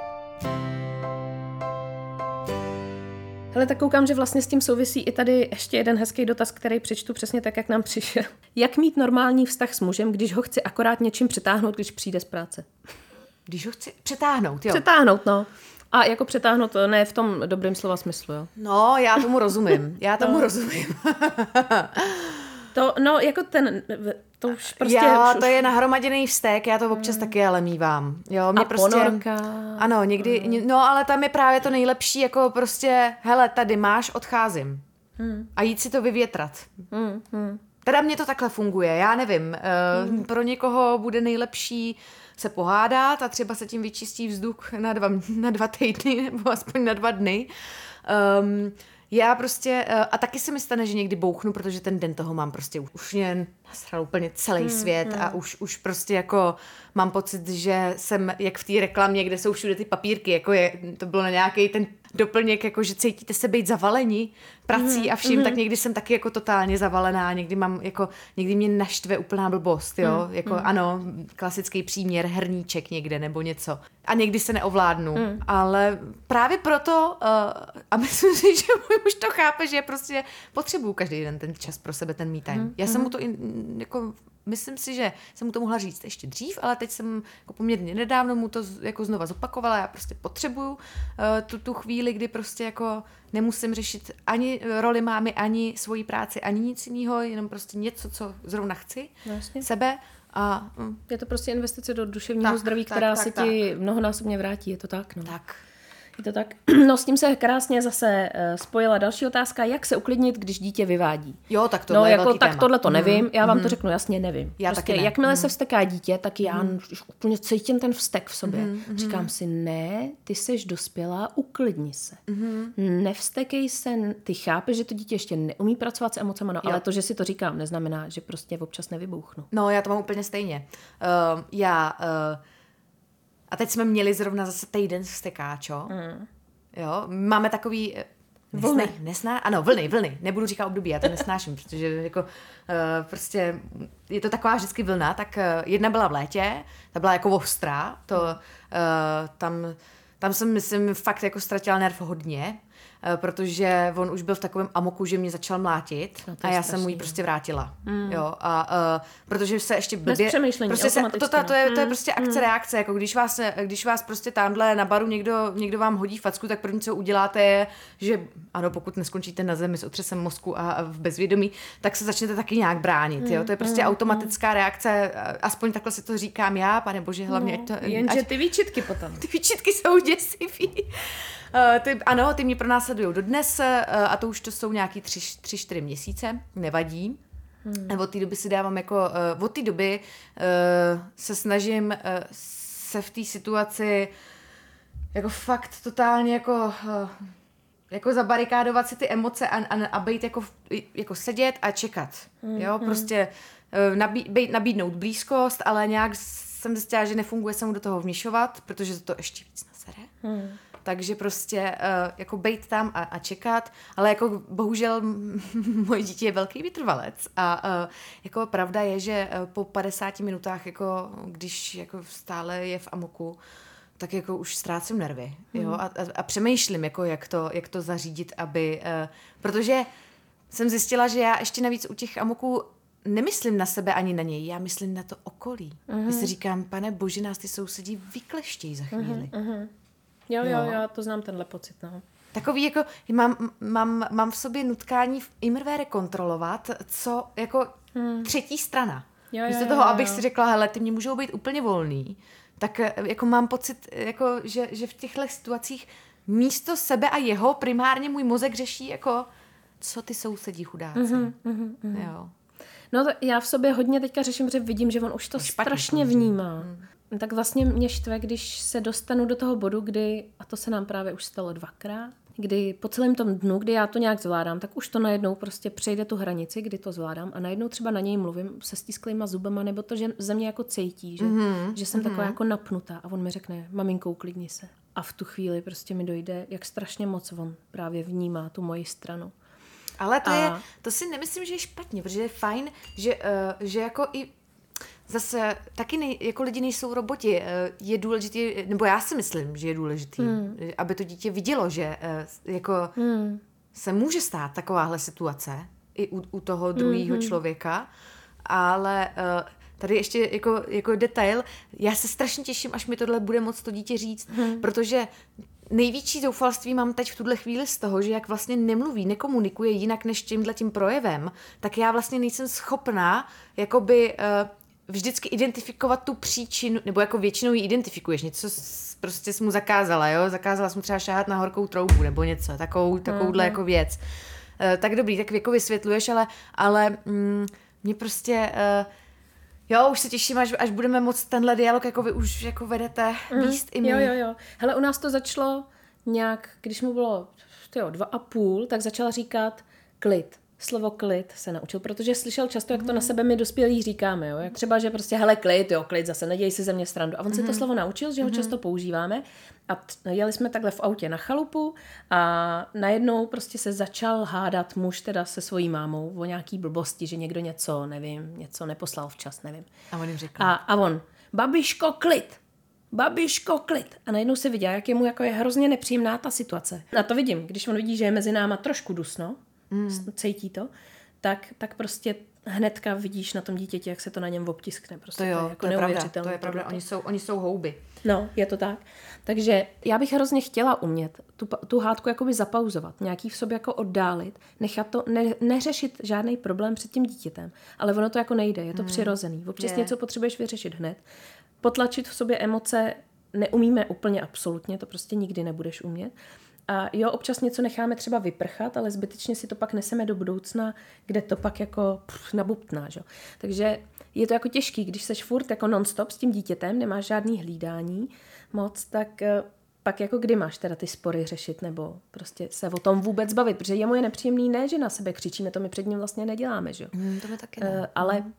Hele, tak koukám, že vlastně s tím souvisí i tady ještě jeden hezký dotaz, který přečtu přesně tak, jak nám přišel. Jak mít normální vztah s mužem, když ho chci akorát něčím přetáhnout, když přijde z práce? Když ho chci přetáhnout, jo? Přetáhnout, no. A jako přetáhnout, ne v tom dobrém slova smyslu, jo? No, já tomu rozumím. Já tomu no. rozumím. To, no, jako ten, to už prostě... Jo, už, to je nahromaděný vztek, já to občas mm. taky ale mívám. Jo, mě a prostě, ponorka. Ano, někdy, mm. no ale tam je právě to nejlepší, jako prostě, hele, tady máš, odcházím. Mm. A jít si to vyvětrat. Mm. Mm. Teda mně to takhle funguje, já nevím. Mm. Uh, pro někoho bude nejlepší se pohádat a třeba se tím vyčistí vzduch na dva, na dva týdny, nebo aspoň na dva dny. Um, Já prostě, a taky se mi stane, že někdy bouchnu, protože ten den toho mám prostě už mě nasral úplně celý hmm, svět hmm. a už, už prostě jako mám pocit, že jsem jak v té reklamě, kde jsou všude ty papírky, jako je, to bylo na nějaký ten doplněk, jako že cítíte se být zavaleni prací hmm, a vším, hmm. tak někdy jsem taky jako totálně zavalená, někdy mám jako, někdy mě naštve úplná blbost, jo, hmm, jako hmm. ano, klasický příměr, hrníček někde nebo něco. A někdy se neovládnu, hmm. ale právě proto, uh, a myslím si, že můj muž to chápe, že prostě potřebuju každý den ten čas pro sebe, ten me time. Hmm. Já jsem mu to i, jako, myslím si, že jsem mu to mohla říct ještě dřív, ale teď jsem jako poměrně nedávno mu to jako znova zopakovala, já prostě potřebuju uh, tu, tu chvíli, kdy prostě jako nemusím řešit ani roli mámy, ani svoji práci, ani nic jiného, jenom prostě něco, co zrovna chci, Vlastně. sebe. A, mm. Je to prostě investice do duševního tak, zdraví, tak, která tak, se tak. ti mnohonásobně vrátí, je to tak, no. Tak. Je to tak. No s tím se krásně zase uh, spojila další otázka, jak se uklidnit, když dítě vyvádí. Jo, tak to no, je jako, velký tak téma. tohle to nevím, já vám mm. to řeknu jasně, nevím. Já prostě, taky ne. jakmile mm. se vzteká dítě, tak já mm. už úplně cítím ten vztek v sobě. Mm. Říkám si, ne, ty seš dospělá, uklidni se. Mm. Nevstekej se, ty chápeš, že to dítě ještě neumí pracovat s emocema, no, ale to, že si to říkám, neznamená, že prostě občas nevybouchnu. No, já to mám úplně stejně. Uh, já... Uh, a teď jsme měli zrovna zase týden vztekáčo. Mm. Jo, máme takový, Vlny. Nesná, nesná, ano, vlny, vlny. Nebudu říkat období, já to nesnáším, protože jako uh, prostě je to taková vždycky vlna, tak uh, jedna byla v létě, ta byla jako ostrá, to uh, tam, tam jsem, myslím, fakt jako ztratila nerv hodně, uh, protože on už byl v takovém amoku, že mě začal mlátit no, a já jsem mu ji prostě vrátila. Mm. Jo, a uh, protože se ještě blbě... Bez přemýšlení, prostě se, to, to, to, je, to je prostě akce, mm. reakce, jako když vás, když vás prostě tamhle na baru někdo, někdo vám hodí facku, tak první, co uděláte je, že ano, pokud neskončíte na zemi s otřesem mozku a, a v bezvědomí, tak se začnete taky nějak bránit, mm. jo, to je prostě mm. automatická reakce, aspoň takhle si to říkám já, pane bože, hlavně... No, to, jenže ať, ty výčitky potom. Ty výčitky jsou děsivý. Uh, ty, ano, ty mě pronásledují dodnes uh, a to už to jsou nějaký tři, tři, čtyři měsíce, nevadí. Hmm. Od té doby si dávám jako, uh, od té doby uh, se snažím uh, se v té situaci jako fakt totálně jako, uh, jako zabarikádovat si ty emoce a, a, a být jako, jako sedět a čekat. Hmm. Jo, prostě uh, nabí, bejt, nabídnout blízkost, ale nějak jsem zjistila, že nefunguje se mu do toho vměšovat, protože to ještě víc nasere. Hmm. Takže prostě uh, jako bejt tam a, a čekat, ale jako bohužel moje dítě je velký vytrvalec a uh, jako pravda je, že uh, po padesáti minutách, jako když jako stále je v amoku, tak jako už ztrácím nervy, hmm. jo, a, a, a přemýšlím, jako jak to, jak to zařídit, aby, uh, protože jsem zjistila, že já ještě navíc u těch amoků nemyslím na sebe ani na něj, já myslím na to okolí. Uh-huh. Já si říkám, pane bože, nás ty sousedí vykleštějí za chvíli. Uh-huh, uh-huh. Jo, jo, jo, to znám tenhle pocit, no. Takový jako, mám, mám, mám v sobě nutkání v imrvére kontrolovat, co jako hmm. třetí strana. Jo, Místo jo, toho, jo, abych jo. si řekla, hele, ty mě můžou být úplně volný, tak jako mám pocit, jako, že, že v těchto situacích místo sebe a jeho primárně můj mozek řeší, jako, co ty sousedí chudáci. Mm-hmm, mm-hmm. Jo. No to já v sobě hodně teďka řeším, že vidím, že on už to špatně, strašně vnímá. Hmm. Tak vlastně mě štve, když se dostanu do toho bodu, kdy, a to se nám právě už stalo dvakrát, kdy po celém tom dnu, kdy já to nějak zvládám, tak už to najednou prostě přejde tu hranici, kdy to zvládám a najednou třeba na něj mluvím se stisklýma zubama, nebo to, že ze mě jako cítí, že, mm-hmm. že jsem mm-hmm. taková jako napnutá a on mi řekne, maminko, uklidni se. A v tu chvíli prostě mi dojde, jak strašně moc on právě vnímá tu moji stranu. Ale to, a... je, to si nemyslím, že je špatně, protože je fajn, že, uh, že jako i zase taky nej, jako lidi nejsou roboti. Uh, je důležitý, nebo já si myslím, že je důležitý, hmm. aby to dítě vidělo, že uh, jako hmm. se může stát takováhle situace i u, u toho druhého hmm. člověka, ale uh, tady ještě jako, jako detail, já se strašně těším, až mi tohle bude moct to dítě říct, hmm. protože největší zoufalství mám teď v tuhle chvíli z toho, že jak vlastně nemluví, nekomunikuje jinak než tímhletím projevem, tak já vlastně nejsem schopná jakoby uh, vždycky identifikovat tu příčinu, nebo jako většinou ji identifikuješ, něco s, prostě jsi mu zakázala, jo, zakázala jsi mu třeba šáhat na horkou troubu, nebo něco, takovou, takovouhle mm-hmm. jako věc. Uh, tak dobrý, tak jako vysvětluješ, ale, ale mm, mě prostě... Uh, Jo, už se těším, až, až budeme moct tenhle dialog, jako vy už jako vedete, výst mm, i my. Jo, jo, jo. Hele, u nás to začalo nějak, když mu bylo tyjo, dva a půl, tak začala říkat klid. Slovo klid se naučil, protože slyšel často, jak to na sebe my dospělí říkáme. Jo? Jak třeba, že prostě hele klid, jo, klid, zase neděj si ze mě srandu. A on mm-hmm. si to slovo naučil, že ho mm-hmm. často používáme. A t- jeli jsme takhle v autě na chalupu a najednou prostě se začal hádat muž teda se svojí mámou o nějaký blbosti, že někdo něco, nevím, něco neposlal včas, nevím. A on jim řekl. A, a on, babiško, klid. Babiško, klid. A najednou se viděl, jak je mu jako je hrozně nepříjemná ta situace. A to vidím, když on vidí, že je mezi náma trošku dusno, mm. cítí to, tak, tak prostě hnedka vidíš na tom dítěti, jak se to na něm obtiskne. Prostě to, jo, to je jako to je pravda, to je pravda. Oni jsou, oni jsou houby. No, je to tak. Takže já bych hrozně chtěla umět tu, tu hádku jakoby zapauzovat, nějaký v sobě jako oddálit, nechat to, ne, neřešit žádný problém před tím dítětem, ale ono to jako nejde, je to mm. přirozený. Občas je. Něco potřebuješ vyřešit hned. Potlačit v sobě emoce neumíme úplně absolutně, to prostě nikdy nebudeš umět. A jo, občas něco necháme třeba vyprchat, ale zbytečně si to pak neseme do budoucna, kde to pak jako pff, nabubtná, že? Takže je to jako těžký, když seš furt jako non-stop s tím dítětem, nemáš žádný hlídání moc, tak pak jako kdy máš teda ty spory řešit nebo prostě se o tom vůbec bavit, protože jemu je nepříjemný, ne, že na sebe křičíme, to my před ním vlastně neděláme, že? Mm, to my taky ne. Uh, ale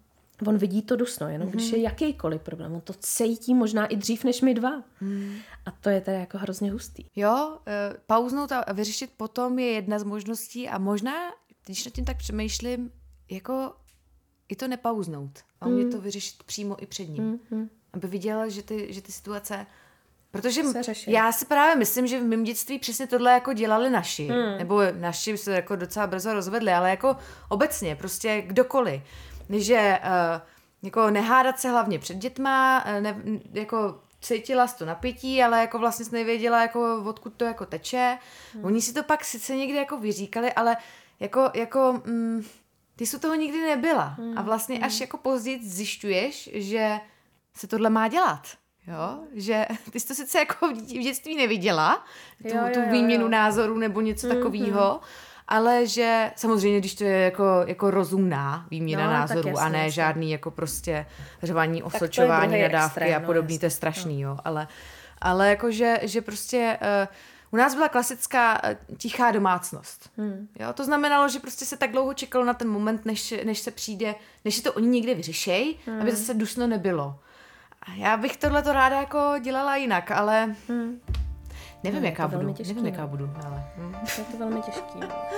On vidí to dusno, jenom mm. když je jakýkoliv problém. On to cítí možná i dřív než my dva. Mm. A to je teda jako hrozně hustý. Jo, e, pauznout a vyřešit potom je jedna z možností a možná, když nad tím tak přemýšlím, jako i to nepauznout. A umět mm. to vyřešit přímo i před ním. Mm. Aby viděla, že ty, že ty situace... Protože já si právě myslím, že v mém dětství přesně tohle jako dělali naši. Mm. Nebo naši se jako docela brzo rozvedli, ale jako obecně, prostě kdokoliv. Že uh, jako nehádat se hlavně před dětma, ne, jako cítila jsi to napětí, ale jako vlastně jsi nevěděla, jako odkud to jako teče. Hmm. Oni si to pak sice někdy jako vyříkali, ale jako, jako mm, ty jsi toho nikdy nebyla. Hmm. A vlastně až jako později zjišťuješ, že se tohle má dělat. Jo? Že ty jsi to sice jako v dětství neviděla, tu, jo, jo, tu výměnu jo, jo. názorů nebo něco hmm, takového, hmm. ale že samozřejmě, když to je jako, jako rozumná výměna no, názorů jasný, a ne jasný. Žádný jako prostě řvaní, osočování, nadávky extrém, a podobný, no, to je strašný, no. jo, ale, ale jako, že, že prostě uh, u nás byla klasická uh, tichá domácnost, hmm. jo, to znamenalo, že prostě se tak dlouho čekalo na ten moment, než, než se přijde, než si to oni někde vyřešej, hmm. aby zase dusno nebylo. A já bych tohleto ráda jako dělala jinak, ale... Hmm. Nevím, no, jaká budu. Těžký, Nevím, jaká budu, ale... Hm. Je to velmi těžký.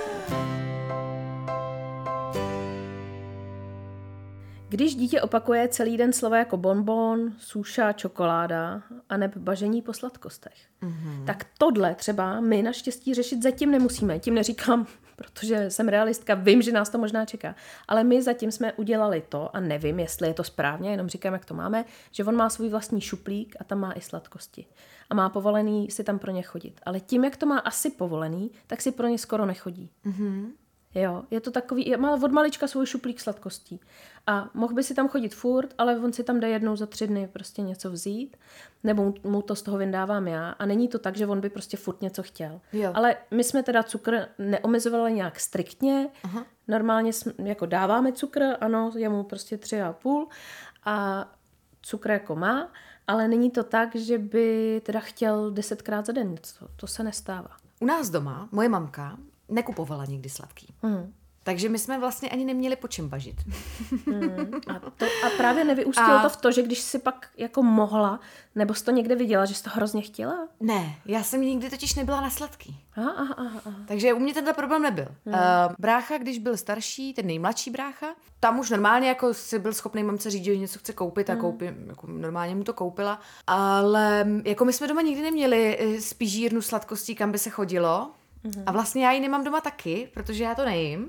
Když dítě opakuje celý den slova jako bonbon, suša, čokoláda a neb bažení po sladkostech, mm-hmm. tak tohle třeba my naštěstí řešit zatím nemusíme. Tím neříkám, protože jsem realistka, vím, že nás to možná čeká. Ale my zatím jsme udělali to a nevím, jestli je to správně, jenom říkám, jak to máme, že on má svůj vlastní šuplík a tam má i sladkosti. A má povolený si tam pro ně chodit. Ale tím, jak to má asi povolený, tak si pro ně skoro nechodí. Mm-hmm. Jo, je to takový, má od malička svůj šuplík sladkostí. A mohl by si tam chodit furt, ale on si tam jde jednou za tři dny prostě něco vzít, nebo mu to z toho vyndávám já. A není to tak, že on by prostě furt něco chtěl. Jo. Ale my jsme teda cukr neomezovali nějak striktně. Aha. Normálně jsme, jako dáváme cukr, ano, je mu prostě tři a půl a cukr jako má, ale není to tak, že by teda chtěl desetkrát za den něco. To se nestává. U nás doma moje mamka nekupovala nikdy sladký. Mm. Takže my jsme vlastně ani neměli po čem bažit. Mm. A, to, a právě nevyústilo a... to v to, že když si pak jako mohla, nebo jsi to někde viděla, že jsi to hrozně chtěla? Ne, já jsem nikdy totiž nebyla na sladký. Aha, aha, aha. Takže u mě tenhle problém nebyl. Mm. Uh, brácha, když byl starší, ten nejmladší brácha, tam už normálně jako si byl schopný mamce říct, že něco chce koupit a mm. koupím, jako normálně mu to koupila. Ale jako my jsme doma nikdy neměli spižírnu sladkostí, kam by se chodilo. Mm. A vlastně já ji nemám doma taky, protože já to nejím.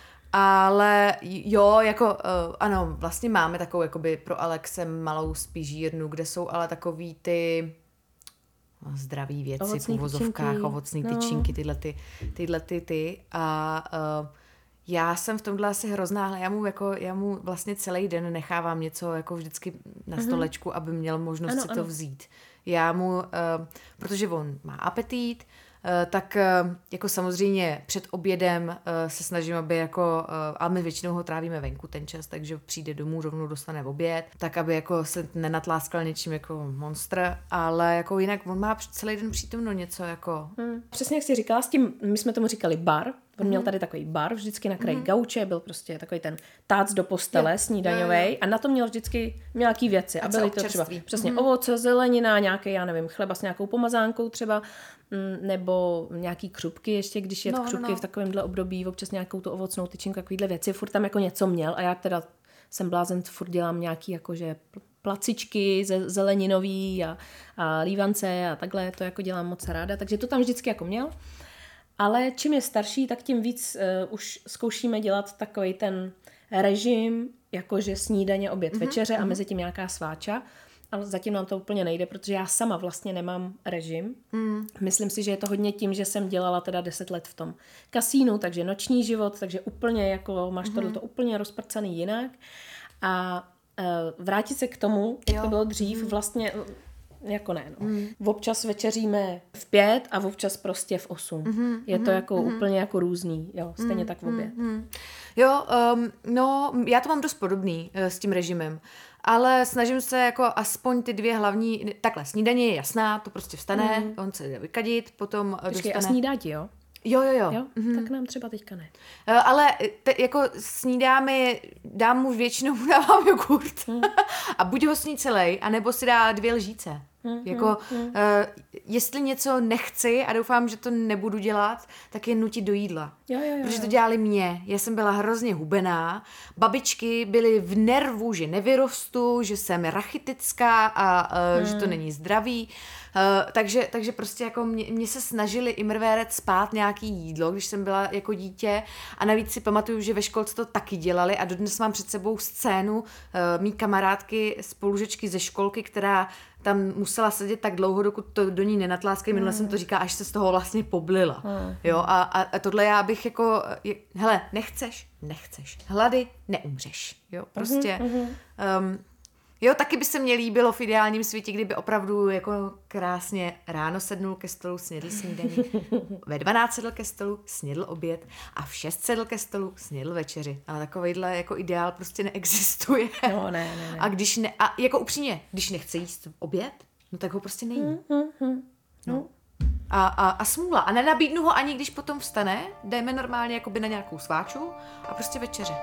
Ale jo, jako uh, ano, vlastně máme takovou jakoby pro Alexe malou spižírnu, kde jsou ale takový ty no, zdraví věci ovocný v uvozovkách, ovocný no. tyčinky, tyhle ty, tyhle ty, ty. A uh, já jsem v tomhle asi hrozná, já mu, jako, já mu vlastně celý den nechávám něco jako vždycky na stolečku, mm-hmm. aby měl možnost ano, si to ano. vzít. Já mu, uh, protože on má apetít, Uh, tak uh, jako samozřejmě před obědem uh, se snažím, aby jako, uh, a my většinou ho trávíme venku ten čas, takže přijde domů, rovnou dostane oběd, tak aby jako se nenatláskal něčím jako monstr, ale jako jinak on má celý den přítomno něco jako... Hmm. Přesně jak jsi říkala, s tím, my jsme tomu říkali bar, on mm. měl tady takový bar, vždycky na kraji mm. gauče, byl prostě takový ten tác do postele, jo. snídaňovej a na to měl vždycky nějaký věci. A, a byly to třeba přesně mm. ovoce, zelenina, nějaký, já nevím, chleba s nějakou pomazánkou třeba, nebo nějaký křupky ještě, když jet no, křupky no. v takovémhle období, občas nějakou tu ovocnou tyčinku, takovýhle věci, furt tam jako něco měl a já teda jsem blázen, furt dělám nějaký jakože placičky ze, zeleninový a, a lívance a takhle, to jako dělám moc ráda, takže to tam vždycky jako měl. Ale čím je starší, tak tím víc uh, už zkoušíme dělat takový ten režim, jakože snídaně, oběd, mm-hmm, večeře mm-hmm. a mezi tím nějaká sváča. Ale zatím nám to úplně nejde, protože já sama vlastně nemám režim. Mm. Myslím si, že je to hodně tím, že jsem dělala teda deset let v tom kasínu, takže noční život, takže úplně jako máš mm-hmm. tohleto úplně rozprcaný jinak. A uh, vrátit se k tomu, jak jo. to bylo dřív, mm. vlastně... Jako ne, no. Mm. Občas večeříme v pět a občas prostě v osm. Mm-hmm, je to jako mm-hmm. úplně jako různý, jo, stejně mm, tak v oběd. Mm, jo, um, no, já to mám dost podobný uh, s tím režimem, ale snažím se jako aspoň ty dvě hlavní, takhle, snídaně je jasná, to prostě vstane, mm. on se jde vykadit, potom Počkej, dostane... a snídá ti, jo? Jo, jo, jo. jo? Mm-hmm. Tak nám třeba teďka ne. Uh, ale te, jako snídáme, dám mu většinou, dávám jogurt mm. a buď ho sní celý, anebo si dá dvě lžíce. Mm, jako, mm, uh, jestli něco nechci a doufám, že to nebudu dělat, tak je nutit do jídla. Jo, jo, jo, protože to jo. dělali mě. Já jsem byla hrozně hubená. Babičky byly v nervu, že nevyrostu, že jsem rachitická a uh, mm. že to není zdravý. Uh, takže, takže prostě jako mě, mě se snažili imrvéret spát nějaký jídlo, když jsem byla jako dítě a navíc si pamatuju, že ve školce to taky dělali a dodnes mám před sebou scénu uh, mý kamarádky, spolužečky ze školky, která tam musela sedět tak dlouho, dokud to do ní nenatláskali. Minule mm. jsem to říkala, až se z toho vlastně poblila. Mm. Jo, a, a, a tohle já bych jako, je, hele, nechceš, nechceš. Hlady, neumřeš. Jo, prostě... Mm-hmm. Um, Jo, taky by se mně líbilo v ideálním světě, kdyby opravdu jako krásně ráno sednul ke stolu, snědl snídaní, ve dvanáct sedl ke stolu, snědl oběd a v šest sedl ke stolu, snědl večeři. Ale takovejhle jako ideál prostě neexistuje. No, ne, ne, ne. A když ne, a jako upřímně, když nechce jíst oběd, no tak ho prostě nejí. No. A, a, a smůla. A nenabídnu ho ani když potom vstane, jdeme normálně jakoby na nějakou sváču a prostě večeře.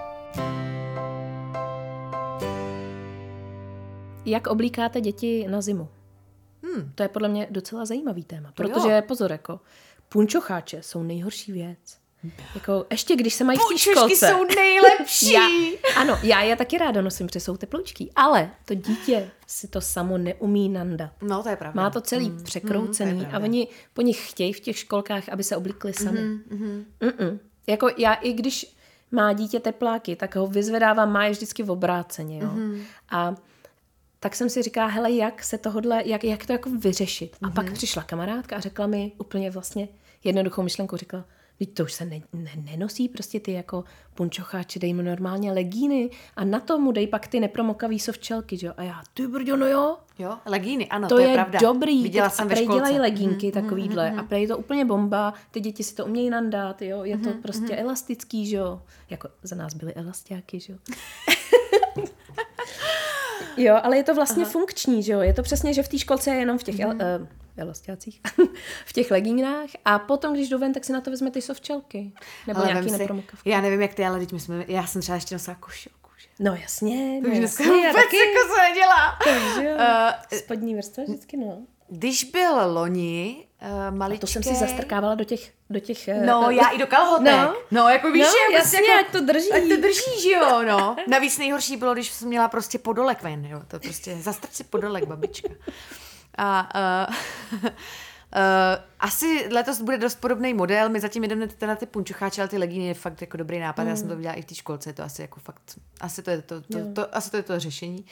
Jak oblíkáte děti na zimu? Hmm. To je podle mě docela zajímavý téma, To protože jo. pozor, jako punčocháče jsou nejhorší věc. Jako ještě když se mají v té Punčošky školce. jsou nejlepší. Já, ano, já je taky ráda nosím, protože jsou teploučký, ale to dítě si to samo neumí nandat. No, to je pravda. Má to celý mm, překroucený mm, a oni po nich chtějí v těch školkách, aby se oblíkli sami. Mm, mm. Mm-mm. Jako já i když má dítě tepláky, tak ho vyzvedávám, má je vždycky v obráceně. Jo? Mm. A tak jsem si říkala, hele, jak se tohodle, jak, jak to jako vyřešit. A mm-hmm. pak přišla kamarádka a řekla mi úplně vlastně jednoduchou myšlenku, řekla, teď to už se ne, ne, nenosí prostě ty jako punčocháče, dej mu normálně legíny a na to mu dej pak ty nepromokavý sovčelky, že jo. A já, ty brďo, no jo. Jo, legíny, ano, to, to je, je pravda. dobrý. Viděla Teď, jsem a ve prej školce. dělají legínky mm, takovýhle mm, mm, a prej je to úplně bomba, ty děti si to umějí nandat, jo, je to mm, prostě mm. elastický, že jo. Jako za nás byly elastiáky, že jo. Jo, ale je to vlastně Aha. funkční, že jo. Je to přesně, že v té školce je jenom v těch mm. el, uh, elastiácích, v těch legínách a potom, když jdu ven, tak si na to vezme ty sovčelky. Nebo ale nějaký nepromokavky. Já nevím, jak ty, ale teď my jsme, já jsem třeba ještě nosila košilku, že? No jasně, to no jasně, jasně, já taky. Jako se nedělá. Takže jo, uh, spodní vrstva vždycky, no. Když byl loni uh, maličkej... To jsem si zastrkávala do těch... Do těch no, uh, já i do kalhotek. No, no jako víš, no, je, jasně, jako, ať to drží. Ať to drží, že jo, no. Navíc nejhorší bylo, když jsem měla prostě podolek ven, jo. To prostě zastrč si podolek, babička. A... Uh, Uh, asi letos bude dost podobný model, my zatím jdeme na ty punčocháče, ale ty legíny je fakt jako dobrý nápad, mm. já jsem to viděla i v té školce, je to asi jako fakt, asi to je to, to, to, to, asi to, je to řešení.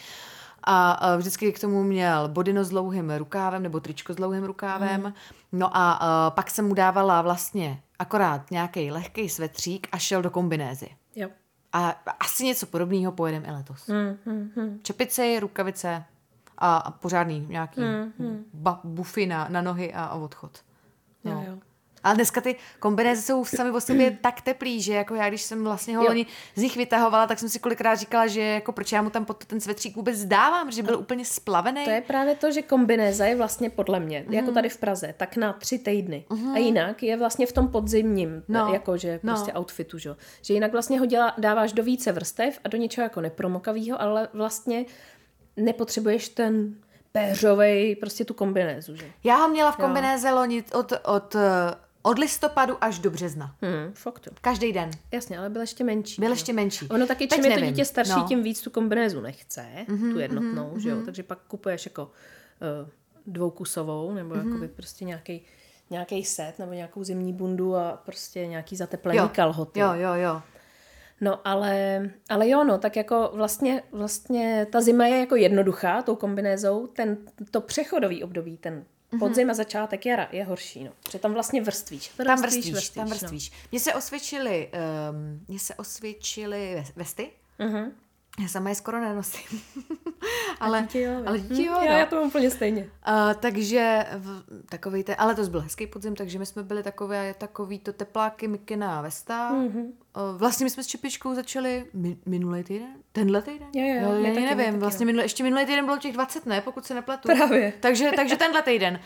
A uh, vždycky k tomu měl bodino s dlouhým rukávem, nebo tričko s dlouhým rukávem, mm. no a uh, pak jsem mu dávala vlastně akorát nějaký lehký svetřík a šel do kombinézy. Jo. A asi něco podobného pojedem i letos. Mm, mm, mm. Čepici, rukavice, a, a pořádný nějaký hmm, hmm. ba, bufy na, na nohy a, a odchod. No. Jo, jo. Ale dneska ty kombinézy jsou sami o sobě tak teplý, že jako já, když jsem vlastně ho loni z nich vytahovala, tak jsem si kolikrát říkala, že jako proč já mu tam pod ten svetřík vůbec dávám, že byl a úplně splavený. To je právě to, že kombinéza je vlastně podle mě, mm. jako tady v Praze, tak na tři týdny. Mm. A jinak je vlastně v tom podzimním, no. jakože no. prostě outfitu, že? že jinak vlastně ho dělá, dáváš do více vrstev a do něčeho jako nepromokavýho, ale vlastně nepotřebuješ ten péřovej, prostě tu kombinézu, že? Já ho měla v kombinéze loni od, od, od listopadu až do března. Hmm, fakt jo. Každý den. Jasně, ale byl ještě menší. Byl ještě menší. Ono taky, čím je to dítě starší, no. tím víc tu kombinézu nechce, mm-hmm, tu jednotnou, mm-hmm. že jo? Takže pak kupuješ jako uh, dvoukusovou, nebo mm-hmm. jakoby prostě nějaký nějaký set, nebo nějakou zimní bundu a prostě nějaký zateplený jo. kalhoty. Jo, jo, jo. No, ale, ale jo, no, tak jako vlastně, vlastně ta zima je jako jednoduchá tou kombinézou, ten, to přechodový období, ten podzim a začátek jara je horší, no. Protože tam vlastně vrstvíš. vrstvíš tam vrstvíš, vrstvíš tam vrstvíš. No. Mně se osvědčily, um, mně se osvědčily vesty. Uh-huh. Já sama je skoro nenosím. ale, dítě jo, ale dítě jo, hm, já, já to mám úplně stejně. Uh, takže v, takovej te, ale to byl hezký podzim, takže my jsme byli takové, takový to tepláky, mikina, vesta. Uh-huh. Uh, vlastně my jsme s Čepičkou začali mi, minulý týden? Tenhle týden? Jo, jo, jo, já taky, nevím, taky, vlastně minulý, ještě minulý týden bylo těch dvacet, ne, pokud se nepletu. Právě. takže, takže tenhle týden.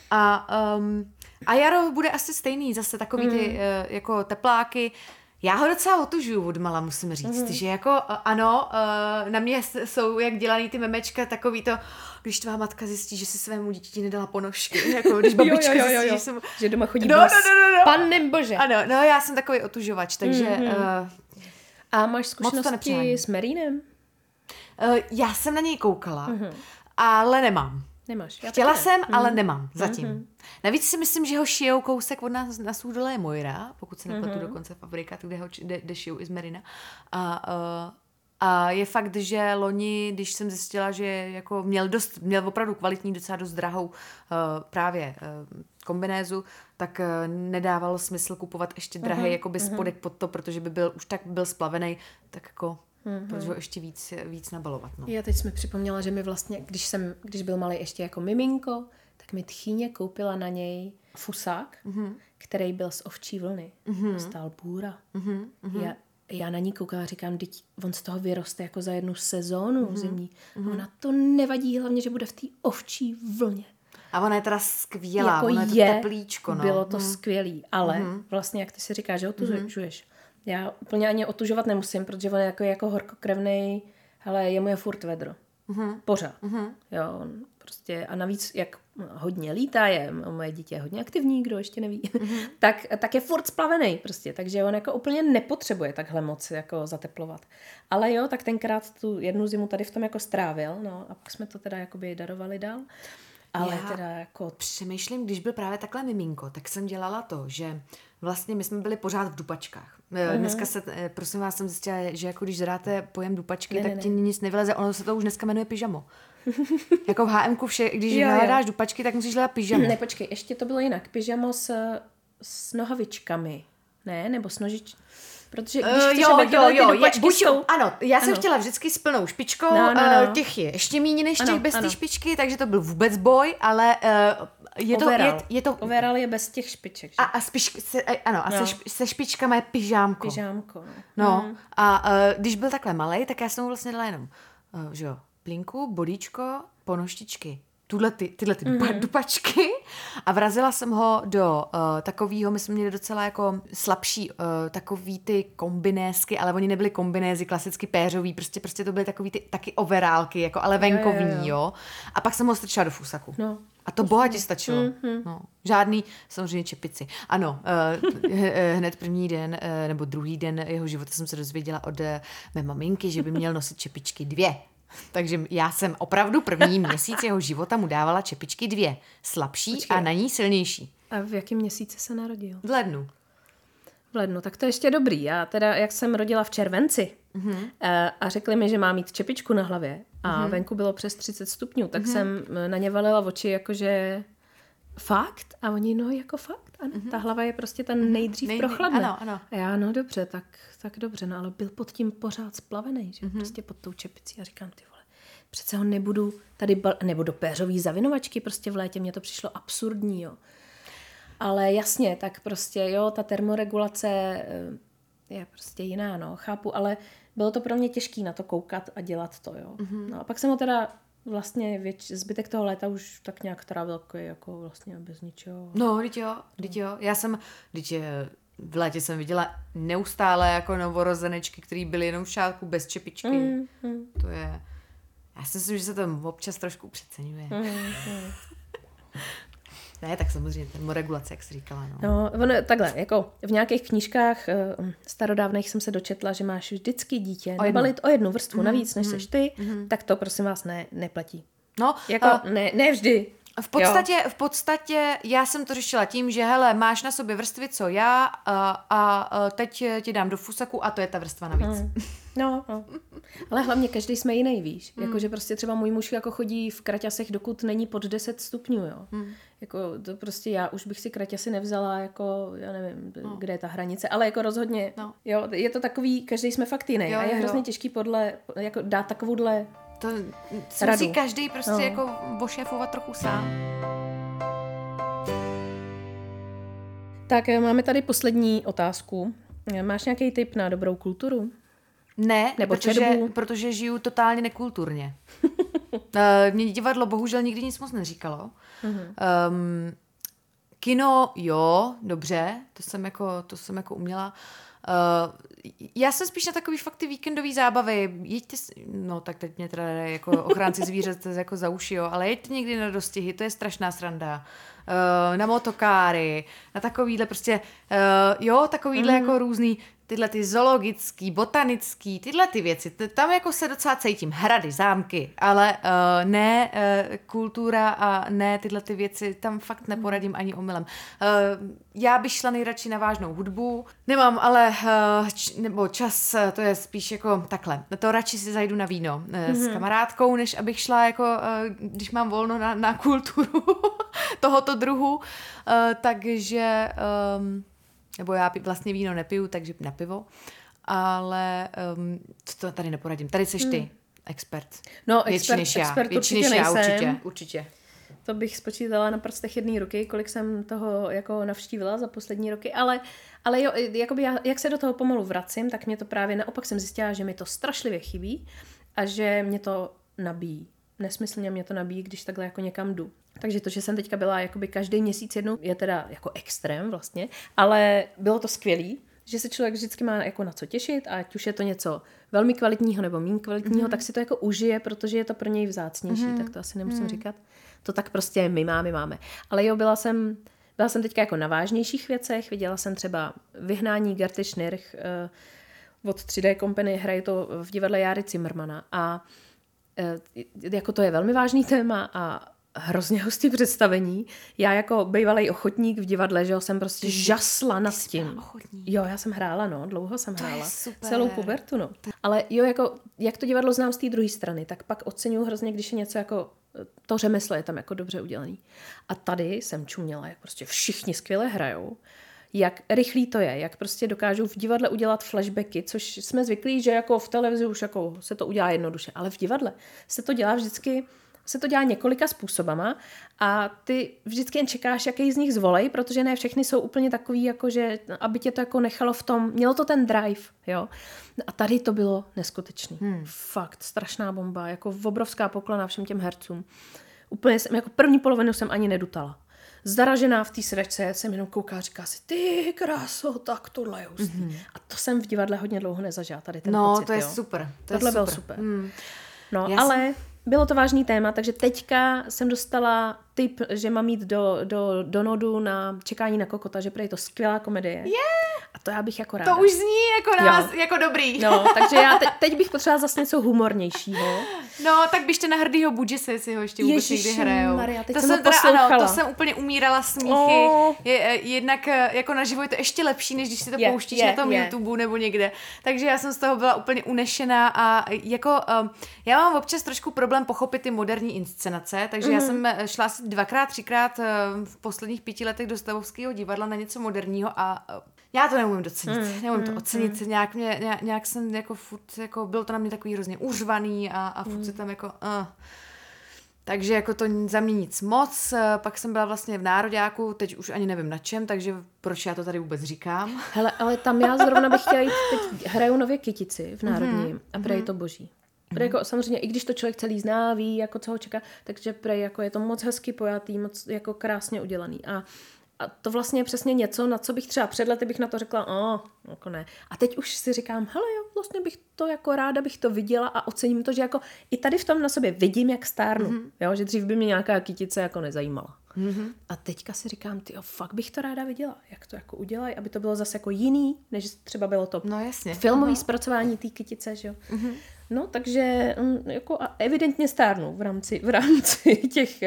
A, um, a jaro bude asi stejný, zase takový ty mm. uh, jako tepláky. Já ho docela otužuju odmala, musím říct, mm. že jako ano, uh, na mě jsou jak dělaný ty memečka, takový to, když tvá matka zjistí, že si svému dítěti nedala ponožky, jako když babička jo, jo, jo, jo. zjistí, že jsem... Že doma chodí no, bos. No, no, no, no. Pannem bože. Ano, no já jsem takový otužovač, takže... Mm-hmm. Uh, A máš zkušenosti s Merínem? Uh, já jsem na něj koukala, mm-hmm. ale nemám. Nemáš. Já Chtěla ne. jsem, mm-hmm. ale nemám zatím. Mm-hmm. Navíc si myslím, že ho šijou kousek od nás na Soudole je Mojra, pokud se nepletu mm-hmm. dokonce fabrika, kde, ho, kde, kde šijou i z Merina. A, uh, a je fakt, že loni, když jsem zjistila, že jako měl, dost, měl opravdu kvalitní, docela dost drahou uh, právě uh, kombinézu, tak uh, nedávalo smysl kupovat ještě drahý mm-hmm. jakoby spodek mm-hmm. pod to, protože by byl už tak byl splavený, tak jako mm-hmm. protože ho ještě víc, víc nabalovat. No. Já teď jsme připomněla, že mi vlastně, když jsem, když byl malý ještě jako miminko, tak mi tchýně koupila na něj fusák, mm-hmm. který byl z ovčí vlny. Mm-hmm. Stál bůra. Mm-hmm. Já, já na ní koukala a říkám, teď on z toho vyroste jako za jednu sezónu mm-hmm. zimní. Mm-hmm. Ona to nevadí, hlavně, že bude v té ovčí vlně. A ona je teda skvělá, jako ona je to je, teplíčko. No. Bylo to mm. skvělý, ale mm. vlastně, jak ty si říkáš, že otužuješ. Mm. Já úplně ani otužovat nemusím, protože on je jako, jako horkokrevnej, ale je mu je furt vedro. Mm. Pořád. Mm. Jo, on prostě, a navíc, jak hodně lítá, je moje dítě je hodně aktivní, kdo ještě neví, mm. tak, tak je furt splavený prostě, takže on jako úplně nepotřebuje takhle moc jako zateplovat. Ale jo, tak tenkrát tu jednu zimu tady v tom jako strávil, no a pak jsme to teda jakoby darovali dál. Ale já teda jako... přemýšlím, když byl právě takhle miminko, tak jsem dělala to, že vlastně my jsme byli pořád v dupačkách. Uh-huh. Dneska se, prosím vás, jsem zjistila, že jako když zadáte pojem dupačky, ne, tak ne, ti ne. nic nevyleze. Ono se to už dneska jmenuje pyžamo. Jako v há emku vše, když jo, hledáš jo. dupačky, tak musíš hledat pyžamo. Ne, počkej, ještě to bylo jinak. Pyžamo s, s nohavičkami. Ne, nebo s nožič... Protože když uh, chceš, jo, aby jo, jo, je, buď, jsou... Ano, já jsem ano. chtěla vždycky s plnou špičkou, no, no, no. Uh, těch je ještě méně než ano, těch bez ano. té špičky, takže to byl vůbec boj, ale uh, je, to, je, je to... Overall je bez těch špiček. A, a, spiš, se, ano, a no. se, se špičkama je pyžámko. Pyžámko, no. No, mm. a uh, když byl takhle malej, tak já jsem mu vlastně dala jenom, uh, že jo, plínku, bodíčko, ponoštičky. Tuhle ty, tyhle ty mm-hmm. dupačky a vrazila jsem ho do uh, takového, my jsme měli docela jako slabší uh, takový ty kombinésky, ale oni nebyly kombinézy klasicky péřový, prostě, prostě to byly takový ty taky overálky, jako ale venkovní, jo, jo, jo. jo. A pak jsem ho strčila do fusaku. No. A to bohatě stačilo. Mm-hmm. No. Žádný, samozřejmě čepici. Ano, uh, hned první den, uh, nebo druhý den jeho života jsem se dozvěděla od uh, mé maminky, že by měl nosit čepičky dvě. Takže já jsem opravdu první měsíc jeho života mu dávala čepičky dvě. Slabší Počkej. a na ní silnější. A v jakém měsíci se narodil? V lednu. V lednu, tak to je ještě dobrý. Já teda, jak jsem rodila v červenci mm-hmm. a řekli mi, že má mít čepičku na hlavě a mm-hmm. venku bylo přes třicet stupňů, tak mm-hmm. jsem na ně valila oči jakože fakt? A oni, no jako fakt, ano. Mm-hmm. Ta hlava je prostě ten nejdřív Nej, prochladne. Ano, ano. A já, no dobře, tak, tak dobře, no ale byl pod tím pořád splavený, že mm-hmm. prostě pod tou čepicí. A říkám, ty vole, přece ho nebudu tady, bal- nebo do péřový zavinovačky prostě v létě, mně to přišlo absurdní, jo. Ale jasně, tak prostě, jo, ta termoregulace je prostě jiná, no, chápu, ale bylo to pro mě těžký na to koukat a dělat to, jo. Mm-hmm. No a pak jsem ho teda vlastně věč, zbytek toho léta už tak nějak trávil jako vlastně bez ničeho. No, teď jo, teď jo. Já jsem, teď v létě jsem viděla neustále jako novorozenečky, které byly jenom v šátku bez čepičky. Mm, mm. To je, já si myslím, že se to občas trošku přeceňuje. Mm, mm. Ne, tak samozřejmě termoregulace, jak jsi říkala. No, no ono, takhle, jako v nějakých knížkách uh, starodávných jsem se dočetla, že máš vždycky dítě o nabalit o jednu vrstvu mm-hmm. navíc, než seš ty, mm-hmm. tak to prosím vás ne, neplatí. No, jako uh, ne, ne vždy. V podstatě, v podstatě já jsem to řešila tím, že hele, máš na sobě vrstvy, co já a, a, a teď ti dám do fusaku a to je ta vrstva navíc. Mm. No, no. Ale hlavně každý jsme jiný, víš. Mm. Jakože prostě třeba můj muž jako chodí v kraťasech, dokud není pod deset stupňů, jo. Mm. Jako to prostě já už bych si kraťasy nevzala, jako já nevím, no. kde je ta hranice, ale jako rozhodně, no. jo, je to takový, každý jsme fakt jiný a je hrozně těžký podle, jako dát takovouhle to si musí každý prostě no. jako ošéfovat trochu sám. Tak máme tady poslední otázku. Máš nějaký tip na dobrou kulturu? Ne, nebo protože, protože žiju totálně nekulturně. Mně divadlo bohužel nikdy nic moc neříkalo. Mm-hmm. Um, kino, jo, dobře, to jsem jako, to jsem jako uměla. Uh, já jsem spíš na takový fakt ty víkendový zábavy. Jeďte, no tak teď mě teda jako ochránci zvířat jako za uši, jo, ale jeďte někdy na dostihy, to je strašná sranda. Uh, na motokáry, na takovýhle prostě, uh, jo, takovýhle mm. jako různý, tyhle ty zoologický, botanický, tyhle ty věci, tam jako se docela cítím, hrady, zámky, ale uh, ne uh, kultura a ne tyhle ty věci, tam fakt neporadím ani omylem. Uh, já bych šla nejradši na vážnou hudbu, nemám ale, uh, č, nebo čas, to je spíš jako takhle, to radši si zajdu na víno uh, mm-hmm. s kamarádkou, než abych šla jako, uh, když mám volno na, na kulturu tohoto druhu, uh, takže... Um, nebo já vlastně víno nepiju, takže na pivo, ale um, to tady neporadím. Tady seš ty, hmm. expert. No, větší expert, než já. expert Větší určitě než já, nejsem. určitě. určitě. To bych spočítala na prstech jedné ruky, kolik jsem toho jako navštívila za poslední roky, ale, ale jo, jakoby já, jak se do toho pomalu vracím, tak mě to právě naopak jsem zjistila, že mi to strašlivě chybí a že mě to nabíjí. Nesmyslně mě to nabíjí, když takhle jako někam jdu. Takže to, že jsem teďka byla jakoby každý měsíc jednou, je teda jako extrém vlastně, ale bylo to skvělý, že se člověk vždycky má jako na co těšit, ať už je to něco velmi kvalitního nebo méně kvalitního, mm-hmm. tak si to jako užije, protože je to pro něj vzácnější, mm-hmm. tak to asi nemusím mm-hmm. říkat. To tak prostě my máme, máme. Ale jo, byla jsem, byla jsem teďka jako na vážnějších věcech, viděla jsem třeba Vyhnání Gerty Schnirch uh, od tři dé Company, hraje to v divadle Járy Zimmermana a uh, jako to je velmi vážný téma a hrozně hustý představení. Já jako bývalej ochotník v divadle, že jo, jsem prostě žasla nad tím. Jo, já jsem hrála, no, dlouho jsem to hrála. Celou pubertu, no. Ale jo, jako, jak to divadlo znám z té druhé strany, tak pak oceňuju hrozně, když je něco jako, to řemeslo je tam jako dobře udělaný. A tady jsem čuměla, jak prostě všichni skvěle hrajou, jak rychlý to je, jak prostě dokážou v divadle udělat flashbacky, což jsme zvyklí, že jako v televizi už jako se to udělá jednoduše, ale v divadle se to dělá vždycky se to dělá několika způsobama a ty vždycky jen čekáš, jaký z nich zvolej, protože ne všechny jsou úplně takový, jako že aby tě to jako nechalo v tom, mělo to ten drive, jo. A tady to bylo neskutečný. Hmm. Fakt, strašná bomba, jako obrovská poklona všem těm hercům. Úplně jsem, jako první polovinu jsem ani nedutala. Zaražená v té sedačce jsem jenom koukala a říká si, ty kráso, tak tohle je hustý. Mm-hmm. A to jsem v divadle hodně dlouho nezažila, tady ten no, pocit, to je jo. super. To Tohle je super. byl super. Mm. No, Já ale... jsem... Bylo to vážný téma, takže teďka jsem dostala tip, že mám jít do, do, do Nodu na Čekání na kokota, že je to skvělá komedie. Yeah. A to já bych jako ráda. To už zní jako nás, jo. jako dobrý. No, takže já te, teď bych potřebovala zase něco humornějšího. No, tak běžte na Hrdýho Budžise, jestli ho ještě vůbec někdy hrajou. Maria, teď to jsem jsem teda, poslouchala. ano, to jsem úplně umírala smíchy. Oh. Je, jednak jako naživo je to ještě lepší, než když si to je, pouštíš je, na tom je. YouTube nebo někde. Takže já jsem z toho byla úplně unešená a jako um, já mám občas trošku problém pochopit ty moderní inscenace, takže mm-hmm. já jsem šla asi dvakrát, třikrát v posledních pěti letech do Stavovského divadla na něco moderního a já to neumím docenit, mm, neumím mm, to ocenit, mm. nějak, mě, nějak, nějak jsem jako furt, jako bylo to na mě takový hrozně uřvaný a, a furt mm. se tam jako, uh. takže jako to za mě nic moc, pak jsem byla vlastně v Nároďáku, teď už ani nevím na čem, takže proč já to tady vůbec říkám. Hele, ale tam já zrovna bych chtěla jít, teď hraju nově Kytici v Národním mm-hmm. a prej to boží. Prej jako, samozřejmě, i když to člověk celý zná, ví, jako co ho čeká, takže prej jako je to moc hezky pojatý, moc jako krásně udělaný a A to vlastně je přesně něco, na co bych třeba před lety bych na to řekla, a jako ne. A teď už si říkám, hele jo, vlastně bych to jako ráda bych to viděla a ocením to, že jako i tady v tom na sobě vidím, jak stárnu. Mm-hmm. Jo, že dřív by mě nějaká kytice jako nezajímala. Mm-hmm. A teďka si říkám, tyjo, fakt bych to ráda viděla. Jak to jako udělají, aby to bylo zase jako jiný, než třeba bylo to no, jasně. filmový Aha. zpracování té kytice, že jo. Mm-hmm. No, takže jako evidentně stárnu v rámci, v rámci těch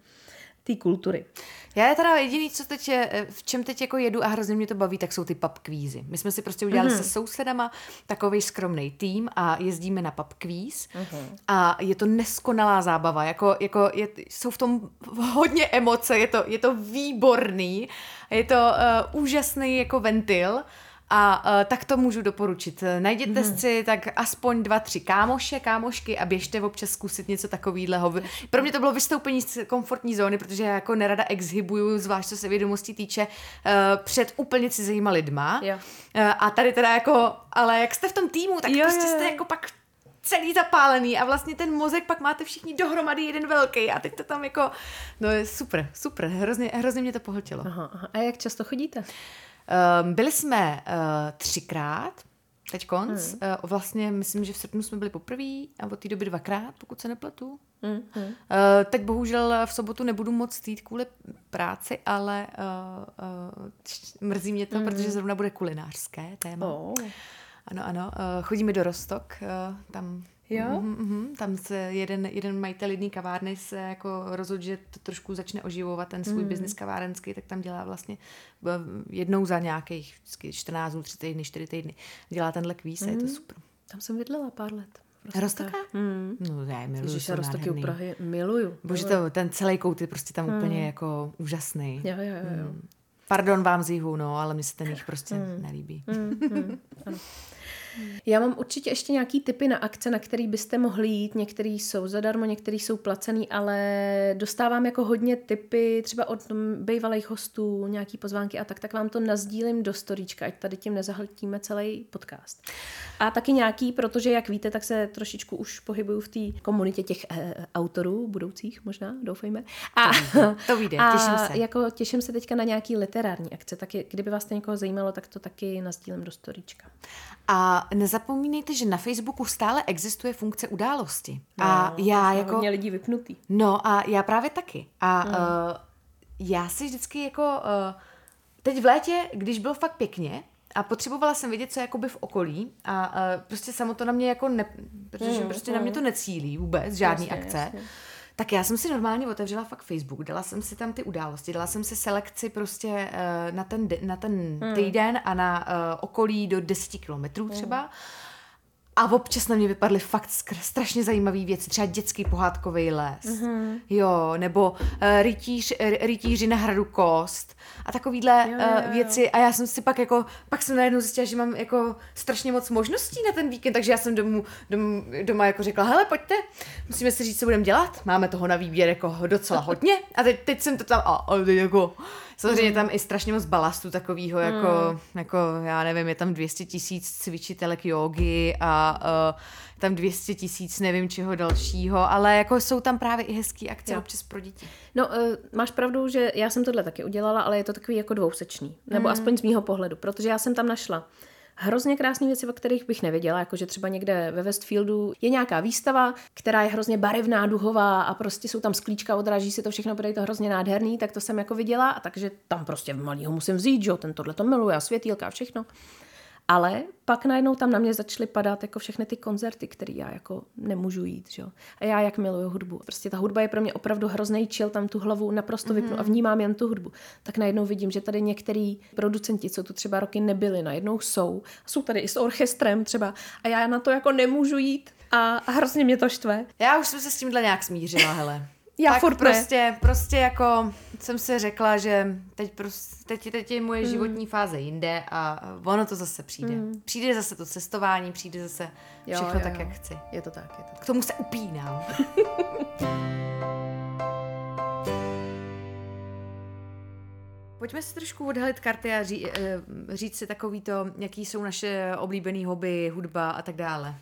té kultury. Já je teda jediný, co teď, v čem teď jako jedu a hrozně mě to baví, tak jsou ty pub kvízy. My jsme si prostě udělali mm-hmm. se sousedama takovej skromnej tým a jezdíme na pub kvíz mm-hmm. a je to neskonalá zábava. Jako, jako je, jsou v tom hodně emoce, je to, je to výborný, je to uh, úžasný jako ventil. A uh, tak to můžu doporučit. Najděte mm. si tak aspoň dva, tři kámoše, kámošky a běžte občas zkusit něco takovýhleho. Pro mě to bylo vystoupení z komfortní zóny, protože já jako nerada exhibuju, zvlášť co se vědomostí týče, uh, před úplně cizíma lidma. Jo. Uh, a tady teda jako, ale jak jste v tom týmu, tak jo, prostě jo. jste jako pak celý zapálený a vlastně ten mozek pak máte všichni dohromady jeden velký a teď to tam jako, no je super, super, hrozně, hrozně mě to pohltilo. Aha, aha. A jak často chodíte? Um, byli jsme uh, třikrát, teď konc, hmm. uh, vlastně myslím, že v srpnu jsme byli poprvé a od té doby dvakrát, pokud se nepletu. Hmm. Hmm. Uh, teď bohužel v sobotu nebudu moc jít kvůli práci, ale uh, uh, mrzí mě to, hmm. protože zrovna bude kulinářské téma. Oh. Ano, ano, uh, chodíme do Rostok, uh, tam... Jo? Mm, mm, tam se jeden, jeden majitel jedné kavárny se jako rozhodl, že to trošku začne oživovat ten svůj mm. biznis kavárenský, tak tam dělá vlastně jednou za nějakých čtrnáct dnů, tři týdny, čtyři týdny. Dělá tenhle kvíz mm. a je to super. Tam jsem bydlela pár let. Rostoka? Mm. No já je miluju, Ježiš, jsou Rostoky nádherný. u Prahy miluju. Bože, to, ten celý kout je prostě tam mm. úplně jako úžasný. Jo, jo, jo. jo. Mm. Pardon vám z jihu, no, ale mně se ten jich prostě mm. nelíbí. Mm, mm, ano. Já mám určitě ještě nějaký tipy na akce, na který byste mohli jít. Některý jsou zadarmo, některý jsou placený, ale dostávám jako hodně tipy třeba od bývalých hostů, nějaký pozvánky a tak, tak vám to nazdílím do storíčka, ať tady tím nezahltíme celý podcast. A taky nějaký, protože jak víte, tak se trošičku už pohybuju v té komunitě těch e, autorů, budoucích možná, doufejme. A, to vyjde, a těším se. Jako těším se teďka na nějaký literární akce, tak je, kdyby vás to někoho zajímalo, tak to taky nazdílím do storíčka. A nezapomínejte, že na Facebooku stále existuje funkce události. No, a já jako hodně lidí vypnutý. No a já právě taky. A mm. uh, já si vždycky jako uh, teď v létě, když bylo fakt pěkně a potřebovala jsem vědět, co je jakoby v okolí a uh, prostě samo to na mě jako ne, protože mm, prostě mm. na mě to necílí vůbec, žádný jasně, akce. Jasně. Tak já jsem si normálně otevřela fakt Facebook, dala jsem si tam ty události, dala jsem si selekci prostě uh, na ten, na ten hmm. týden a na uh, okolí do deseti kilometrů třeba. Hmm. A občas na mě vypadly fakt skr- strašně zajímavé věci, třeba dětský pohádkový les, mm-hmm. jo, nebo uh, rytíř, rytíři na hradu Kost a takovýhle jo, jo, jo. Uh, věci a já jsem si pak jako, pak jsem najednou zjistila, že mám jako strašně moc možností na ten víkend, takže já jsem domů, dom, doma jako řekla, hele pojďte, musíme si říct, co budeme dělat, máme toho na výběr jako docela hodně a teď, teď jsem to tam, a, a teď jako... Samozřejmě mm. tam i strašně moc balastu takovýho, jako, mm. jako, já nevím, je tam dvě stě tisíc cvičitelek jógy a uh, tam dvě stě tisíc nevím čeho dalšího, ale jako jsou tam právě i hezký akce jo. občas pro děti. No, uh, máš pravdu, že já jsem tohle taky udělala, ale je to takový jako dvousečný, nebo mm. aspoň z mýho pohledu, protože já jsem tam našla hrozně krásné věci, o kterých bych nevěděla, jakože třeba někde ve Westfieldu je nějaká výstava, která je hrozně barevná, duhová a prostě jsou tam sklíčka, odráží se to všechno, bude to hrozně nádherný, tak to jsem jako viděla a takže tam prostě malýho musím vzít, že ten tohle to miluje a světýlka a všechno. Ale pak najednou tam na mě začaly padat jako všechny ty koncerty, které já jako nemůžu jít, že? A já jak miluju hudbu. Prostě ta hudba je pro mě opravdu hrozný chill, tam tu hlavu naprosto vypnu mm-hmm. a vnímám jen tu hudbu. Tak najednou vidím, že tady některý producenti, co tu třeba roky nebyli, najednou jsou. Jsou tady i s orchestrem třeba a já na to jako nemůžu jít a, a hrozně mě to štve. Já už jsem se s tímhle nějak smířila, hele. Já tak furt prostě, ne. prostě jako jsem si řekla, že teď, prostě, teď, teď je moje mm. životní fáze jinde a ono to zase přijde. Mm. Přijde zase to cestování, přijde zase všechno jo, jo, tak, jo. jak chci. Je to tak, je to tak. K tomu se upínám. Pojďme si trošku odhalit karty a ří, říct si takový to, jaký jsou naše oblíbený hobby, hudba a tak dále.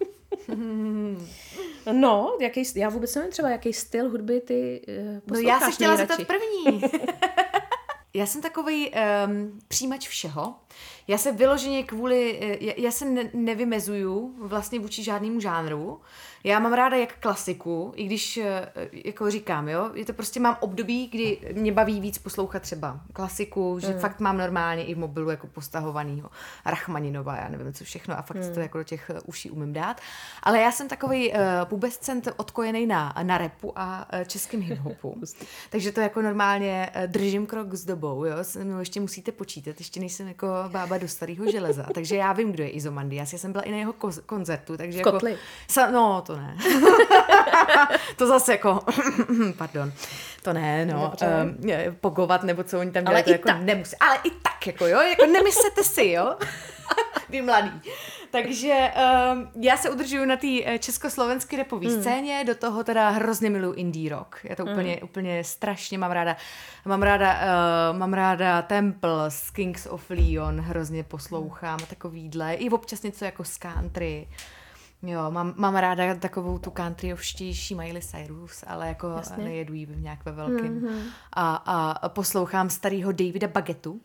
No, jaký, já vůbec nevím třeba, jaký styl hudby ty uh, posloucháš. No já se chtěla zeptat první. Já jsem takovej um, přijímač všeho. Já se vyloženě kvůli, já, já se ne, nevymezuju vlastně vůči žádnému žánru. Já mám ráda jak klasiku, i když, jako říkám, jo, je to prostě mám období, kdy mě baví víc poslouchat třeba klasiku, že mm. fakt mám normálně i v mobilu jako postahovanýho Rachmaninova, já nevím co všechno a fakt mm. to jako do těch uší umím dát. Ale já jsem takovej uh, pubescent odkojený na, na rapu a uh, českým hiphopu. Takže to jako normálně uh, držím krok s dobou, jo, no, ještě musíte počítat, ještě nejsem jako bába do starého železa, takže já vím, kdo je Izomandias, já jsem byla i na jeho koz- koncertu, takže jako... Kotli. Sa, no, to ne. To zase jako, pardon, to ne, no, um, pogovat, nebo co oni tam dělají, to jako tak. Nemusí, ale i tak, jako jo, jako nemyslete si, jo, vy mladý. Takže um, já se udržuju na té československé rapové mm. scéně, do toho teda hrozně miluju indie rock. Já to mm. úplně, úplně strašně mám ráda. Mám ráda, uh, mám ráda Temples, Kings of Leon, hrozně poslouchám a takovýhle. I občas něco jako z country. Jo, mám, mám ráda takovou tu countryovštější Miley Cyrus, ale jako Jasně. nejedu jí nějak ve velkým. Mm-hmm. A, a poslouchám starýho Davida Bagetu.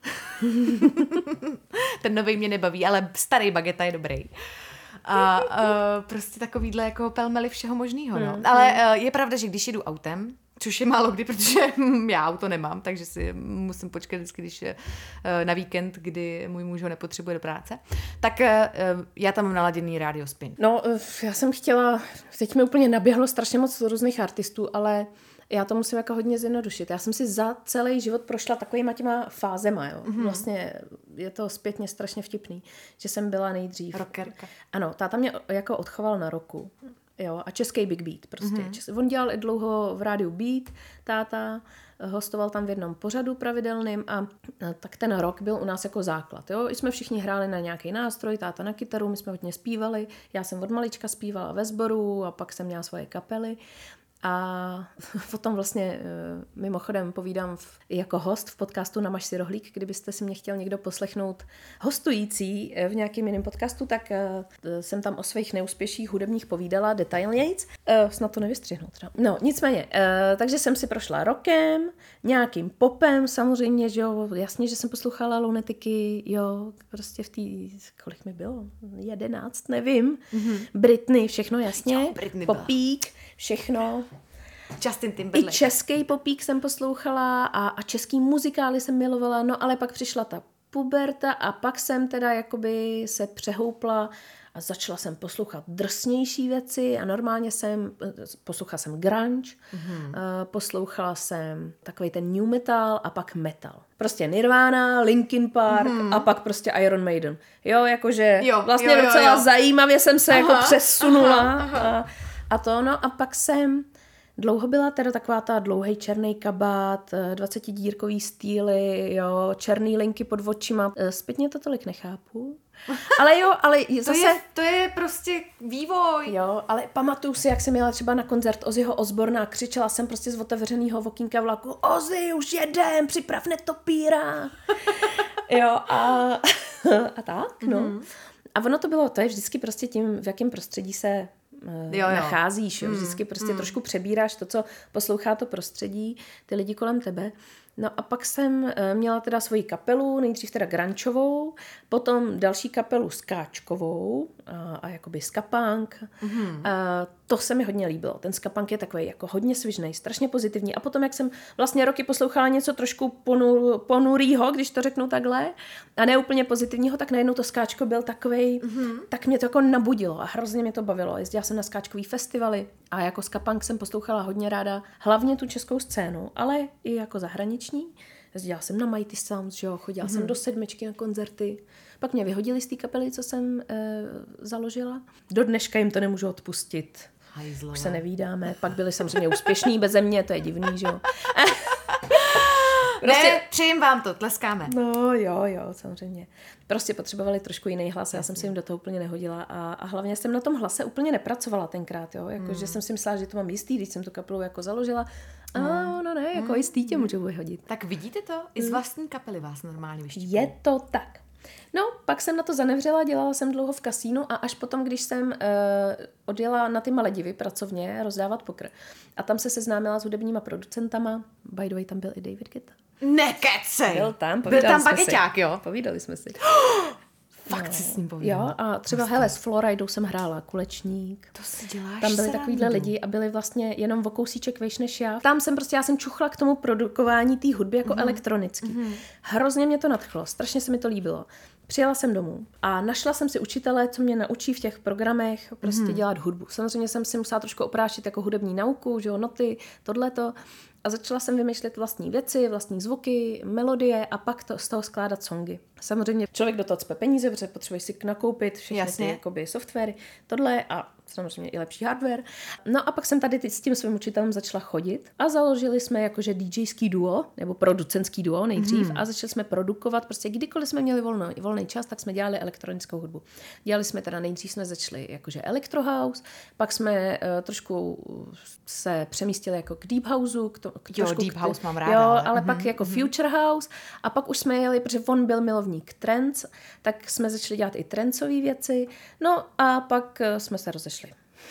Ten novej mě nebaví, ale starý Bageta je dobrý. A uh, prostě takovýhle jako pelmeli všeho možného. No. Mm, Ale uh, je pravda, že když jedu autem, což je málo kdy, protože já auto nemám, takže si musím počkat vždycky, když je na víkend, kdy můj muž ho nepotřebuje do práce, tak já tam mám naladěný Radio Spin. No, já jsem chtěla, teď mi úplně naběhlo strašně moc různých artistů, ale já to musím jako hodně zjednodušit. Já jsem si za celý život prošla takovýma těma fázema, jo. Mm-hmm. Vlastně je to zpětně strašně vtipný, že jsem byla nejdřív. Rockerka. Ano, táta mě jako odchoval na roku. Jo, a český Big Beat prostě. Mm-hmm. On dělal i dlouho v rádiu Beat, táta, hostoval tam v jednom pořadu pravidelným a, a tak ten rok byl u nás jako základ. Jo? Jsme všichni hráli na nějaký nástroj, táta na kytaru, my jsme hodně zpívali, já jsem od malička zpívala ve sboru a pak jsem měla svoje kapely. A potom vlastně mimochodem povídám v, jako host v podcastu Namaž si rohlík, kdybyste si mě chtěl někdo poslechnout hostující v nějakým jiném podcastu, tak jsem tam o svých neúspěších hudebních povídala detailnějc. Snad to nevystřihnu teda. No, nicméně, takže jsem si prošla rokem, nějakým popem samozřejmě, že jo, jasně, že jsem poslouchala Lunatiky, jo, prostě v té, kolik mi bylo? jedenáct, nevím. Mm-hmm. Britney, všechno jasně. Jo, Britney Popík, všechno. Justin Timberlake. I český popík jsem poslouchala a, a český muzikály jsem milovala, no ale pak přišla ta puberta a pak jsem teda jakoby se přehoupla a začala jsem poslouchat drsnější věci a normálně jsem, poslouchala jsem grunge, mm-hmm. poslouchala jsem takovej ten new metal a pak metal. Prostě Nirvana, Linkin Park mm-hmm. a pak prostě Iron Maiden. Jo, jakože jo, vlastně jo, jo, docela jo. zajímavě jsem se aha, jako přesunula aha, aha. A, a to, no a pak jsem dlouho byla teda taková ta dlouhej černý kabát, dvacetidírkový stýly, jo, černý linky pod očima. Zpětně to tolik nechápu. Ale jo, ale zase... To je, to je prostě vývoj. Jo, ale pamatuju si, jak jsem jela třeba na koncert Ozzyho Osborna a křičela jsem prostě z otevřenýho okýnka vlaku: Ozzy, už jedem, připrav netopíra. Jo, a, a tak, no. Mm-hmm. A ono to bylo, to je vždycky prostě tím, v jakém prostředí se jo, jo. nacházíš. Jo. Vždycky prostě mm. trošku přebíráš to, co poslouchá to prostředí, ty lidi kolem tebe. No a pak jsem měla teda svoji kapelu, nejdřív teda grunčovou, potom další kapelu skáčkovou a, a jakoby skapunk. Mm. A to se mi hodně líbilo. Ten skapunk je takový jako hodně svižnej, strašně pozitivní. A potom, jak jsem vlastně roky poslouchala něco trošku ponur, ponurýho, když to řeknu takhle, a ne úplně pozitivního, tak najednou to skáčko byl takovej, mm. tak mě to jako nabudilo a hrozně mě to bavilo. Jezdila jsem na skáčkový festivaly a jako skapunk jsem poslouchala hodně ráda, hlavně tu českou scénu, ale i jako zahraniční. Jezdila jsem na Mighty Sounds, že jo, chodila mm-hmm. jsem do sedmičky na koncerty. Pak mě vyhodili z té kapely, co jsem e, založila. Do dneška jim to nemůžu odpustit. Hajzlové. Už se nevídáme. Pak byli samozřejmě úspěšní beze mě, to je divný, že jo. Prostě... Ne, přejím vám to, tleskáme. No jo, jo, samozřejmě. Prostě potřebovali trošku jiný hlas, já jsem se jim do toho úplně nehodila a, a hlavně jsem na tom hlase úplně nepracovala tenkrát, jo, jako, mm. že jsem si myslela, že to mám jistý, když jsem tu kapelu jako založila. A mm. no ne, jako mm. jistý tě můžu vyhodit. Tak vidíte to? I z vlastní kapely vás normálně vyštípou. Je to tak. No, pak jsem na to zanevřela, dělala jsem dlouho v kasínu a až potom, když jsem uh, odjela na ty Maledivy pracovně rozdávat pokr a tam se seznámila s hudebníma producentama, by the way, tam byl i David Guetta. Nekecej! Byl tam, Byl tam Bageťák, jo? Povídali jsme si. Fakt no. si s ním povídala. Jo, a třeba Prostě. hele, s Floridou jsem hrála Kulečník. To si děláš Tam byli takovýhle lidi a byli vlastně jenom o kousíček vejš než já. Tam jsem prostě, já jsem čuchla k tomu produkování té hudby jako mm-hmm. elektronicky. Mm-hmm. Hrozně mě to nadchlo, strašně se mi to líbilo. Přijela jsem domů a našla jsem si učitele, co mě naučí v těch programech prostě mm-hmm. dělat hudbu. Samozřejmě jsem si musela trošku oprášit jako hudební nauku, že jo, noty, tohleto. A začala jsem vymýšlet vlastní věci, vlastní zvuky, melodie a pak to, z toho skládat songy. Samozřejmě člověk do toho cpe peníze, protože potřebuješ si nakoupit všechny Jasně. ty jakoby, softwary, tohle a samozřejmě i lepší hardware. No a pak jsem tady s tím svým učitelem začala chodit a založili jsme jakože DJský duo, nebo producentský duo nejdřív mm. a začali jsme produkovat, prostě kdykoliv jsme měli volno, volný čas, tak jsme dělali elektronickou hudbu. Dělali jsme teda nejdřív jsme začali jakože electro house, pak jsme uh, trošku se přemístili jako k deep houseu, k to, k jo, trošku deep k, house mám ráda. Jo, ale, ale mm, pak jako mm. future house a pak už jsme jeli, protože on byl milovník trance, tak jsme začali dělat i trancové věci, no a pak uh, jsme se rozešli.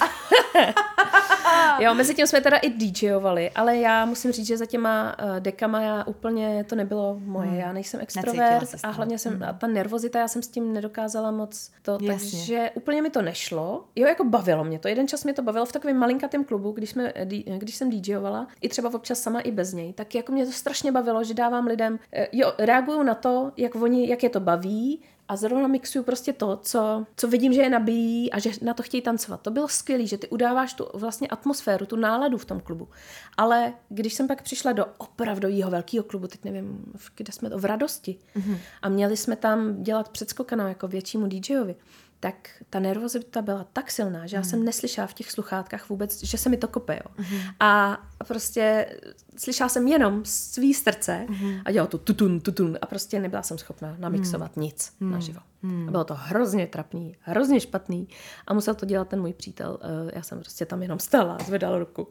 Jo, mezi tím jsme teda i DJovali, ale já musím říct, že za těma uh, dekama já úplně to nebylo moje. Hmm. Já nejsem extrovert a hlavně jsem, hmm. a ta nervozita, já jsem s tím nedokázala moc to, Jasně. takže úplně mi to nešlo. Jo, jako bavilo mě to. Jeden čas mě to bavilo v takovém malinkatém klubu, když, jsme, když jsem DJovala, i třeba občas sama i bez něj, tak jako mě to strašně bavilo, že dávám lidem, jo, reaguju na to, jak oni, jak je to baví, a zrovna mixuju prostě to, co, co vidím, že je nabíjí a že na to chtějí tancovat. To bylo skvělé, že ty udáváš tu vlastně atmosféru, tu náladu v tom klubu. Ale když jsem pak přišla do opravdového velkého klubu, teď nevím, kde jsme to, v Radosti, mm-hmm. a měli jsme tam dělat předskokanou jako většímu DJovi, tak ta nervozita byla tak silná, že já mm. jsem neslyšela v těch sluchátkách vůbec, že se mi to kope. Jo. Mm. A prostě slyšela jsem jenom svý srdce mm. a dělala to tutun, tutun a prostě nebyla jsem schopná namixovat mm. nic mm. naživo. Mm. A bylo to hrozně trapný, hrozně špatný a musel to dělat ten můj přítel. Já jsem prostě tam jenom stala a zvedala ruku.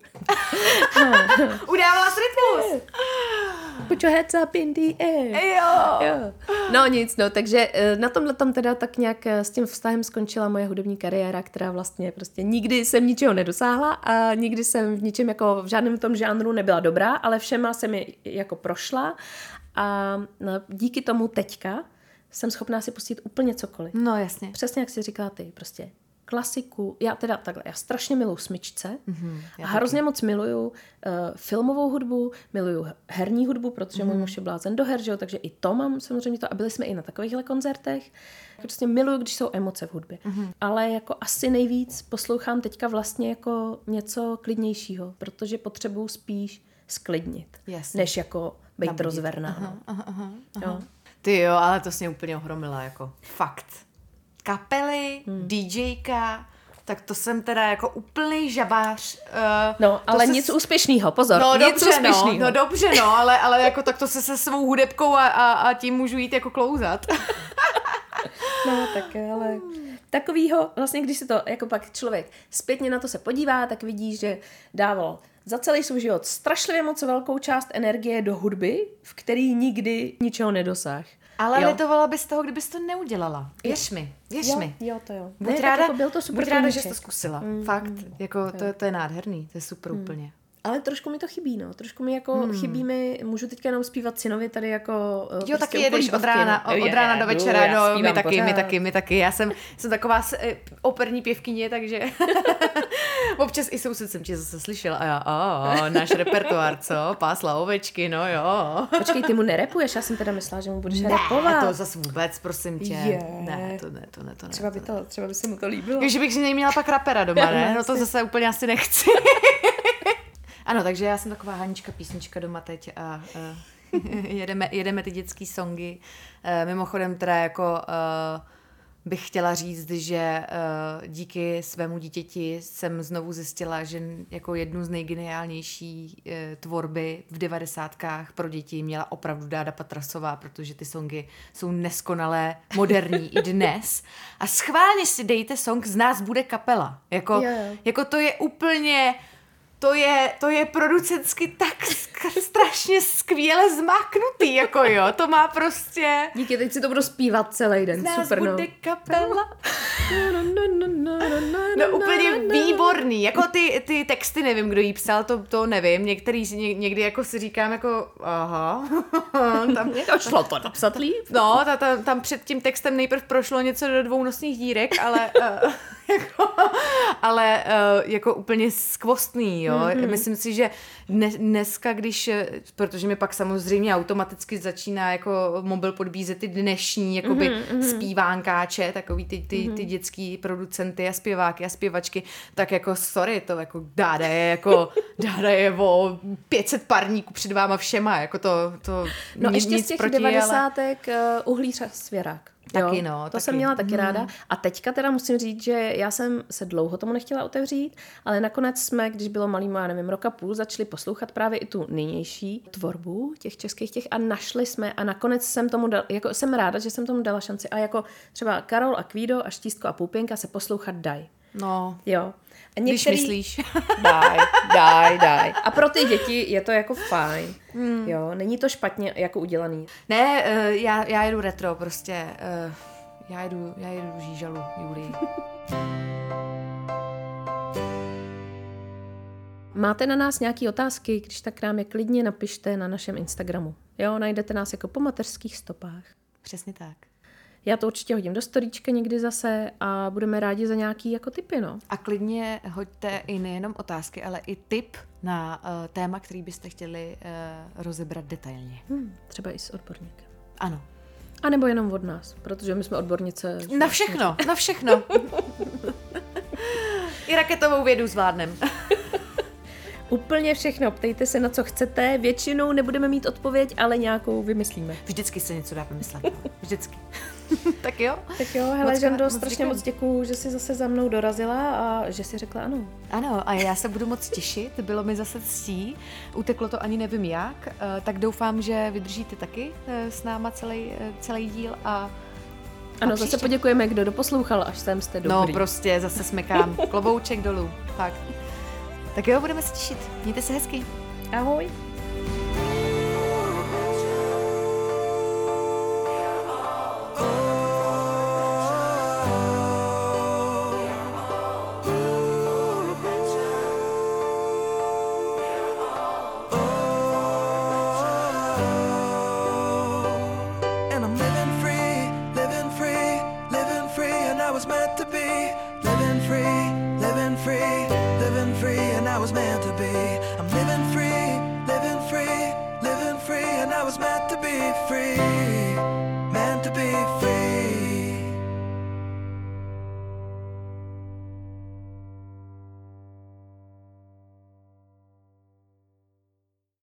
Udávala s rytmus! Put your heads up in the air. Jo. jo. No nic, no, takže na tomhle tam teda tak nějak s tím vztahem skončila moje hudební kariéra, která vlastně prostě nikdy jsem ničeho nedosáhla a nikdy jsem v ničem jako v žádném tom žánru nebyla dobrá, ale všema jsem je jako prošla a no, díky tomu teďka jsem schopná si pustit úplně cokoliv. No jasně. Přesně jak jsi říkala ty, prostě klasiku, já teda takhle, já strašně miluju smyčce mm-hmm, a hrozně taky. moc miluju uh, filmovou hudbu, miluju herní hudbu, protože mm-hmm. můj muž je blázen do her, že jo, takže i to mám samozřejmě to a byli jsme i na takovýchhle koncertech. Prostě miluju, když jsou emoce v hudbě. Mm-hmm. Ale jako asi nejvíc poslouchám teďka vlastně jako něco klidnějšího, protože potřebuju spíš sklidnit, Jasně. než jako být Nabudit. rozverná. Aha, aha, aha, aha. Jo. Ty jo, ale to jsi mě úplně ohromila, jako fakt. Kapely, hmm. DJka, tak to jsem teda jako úplný žabář. Uh, no, ale nic s... úspěšného, pozor, no, nic dobře, úspěšnýho. No, no dobře, no, ale, ale jako tak to se se svou hudebkou a, a, a tím můžu jít jako klouzat. No, tak ale takovýho, vlastně když se to, jako pak člověk zpětně na to se podívá, tak vidí, že dával za celý svůj život strašlivě moc velkou část energie do hudby, v který nikdy ničeho nedosáh. Ale jo. litovala bys toho, kdybys to neudělala. Věř mi, věř jo, mi. Jo, to jo. Buď ne, ráda, jako byl to super buď ráda že jsi to zkusila. Mm, Fakt, mm, jako to, to je nádherný, to je super mm. úplně. Ale trošku mi to chybí, no. Trošku mi jako hmm. chybí mi, můžu teďka jenom zpívat synovi tady jako... Jo, prostě taky jedeš od rána, od rána do večera, no, my taky, pořád. my taky, my taky. Já jsem, jsem taková operní pěvkyně, takže občas i soused jsem tě zase slyšela a já, a náš repertoár, co? Pásla ovečky, no jo. Počkej, ty mu nerepuješ? Já jsem teda myslela, že mu budeš ne, repovat. Ne, to zase vůbec, prosím tě. Je. Ne, to ne, to ne, to ne. Třeba by, to, třeba by se mu to líbilo. Takže bych si neměla pak rapera doma, ne? No to zase úplně asi nechci. Ano, takže já jsem taková Hanička písnička doma teď a uh, jedeme, jedeme ty dětský songy. Uh, mimochodem teda jako uh, bych chtěla říct, že uh, díky svému dítěti jsem znovu zjistila, že jako jednu z nejgeniálnější uh, tvorby v devadesátkách pro děti měla opravdu Dáda Patrasová, protože ty songy jsou neskonalé, moderní i dnes. A schválně si dejte song Z nás bude kapela. Jako, yeah. jako to je úplně... To je, to je producentsky tak sk- strašně skvěle zmáknutý, jako jo, to má prostě... Díky, teď si to budu zpívat celý den, Nás super, bude no. kapela. No úplně výborný, jako ty, ty texty, nevím, kdo jí psal, to, to nevím, některý ně, někdy jako si říkám jako, aha. Tam, to šlo to napsat líp. No, ta, ta, tam před tím textem nejprv prošlo něco do dvou nosných dírek, ale... Uh, jako, ale uh, jako úplně skvostný, jo. Mm-hmm. Myslím si, že dne, dneska, když, protože mi pak samozřejmě automaticky začíná jako mobil podbízet ty dnešní jakoby mm-hmm. zpívánkáče, takový ty, ty, mm-hmm. ty dětský producenty a zpěváky a zpěvačky, tak jako sorry, to jako Dáda je jako Dáda je o pět set parníků před váma všema, jako to, to No nic, ještě nic z těch proti, devadesátek ale... uh, uhlíř a svěrák. Taky jo, no. To taky. jsem měla taky hmm. ráda. A teďka teda musím říct, že já jsem se dlouho tomu nechtěla otevřít, ale nakonec jsme, když bylo malý, já nevím, roka půl, začali poslouchat právě i tu nynější tvorbu těch českých těch a našli jsme a nakonec jsem tomu dal, jako jsem ráda, že jsem tomu dala šanci. A jako třeba Karol a Kvído a Štístko a Poupěnka se poslouchat daj. No, jo. A některý... když myslíš. Daj, daj, daj. A pro ty děti je to jako fajn. Hmm. Jo, není to špatně jako udělaný. Ne, uh, já, já jedu retro, prostě. Uh, já jedu, já jedu Žížalu, Julii. Máte na nás nějaké otázky, když tak nám je klidně napište na našem Instagramu. Jo, najdete nás jako Po mateřských stopách. Přesně tak. Já to určitě hodím do storíčka někdy zase a budeme rádi za nějaký jako tipy, no. A klidně hoďte i nejenom otázky, ale i tip na uh, téma, který byste chtěli uh, rozebrat detailně. Hmm, třeba i s odborníkem. Ano. A nebo jenom od nás, protože my jsme odbornice. Na všechno, na všechno. I raketovou vědu zvládnem. Úplně všechno, ptejte se na co chcete, většinou nebudeme mít odpověď, ale nějakou vymyslíme. Vždycky se něco dá vymyslet, no. Vždycky. Tak jo? Tak jo, hele moc, Žando, moc strašně děkuji. moc děkuju, že jsi zase za mnou dorazila a že jsi řekla ano. Ano, a já se budu moc těšit, bylo mi zase ctí, uteklo to ani nevím jak, tak doufám, že vydržíte taky s náma celý, celý díl a Ano, a zase poděkujeme, kdo doposlouchal, až sem jste dobrý. No prostě, zase smekám, klobouček dolů, fakt. Tak jo, budeme se těšit, mějte se hezky. Ahoj.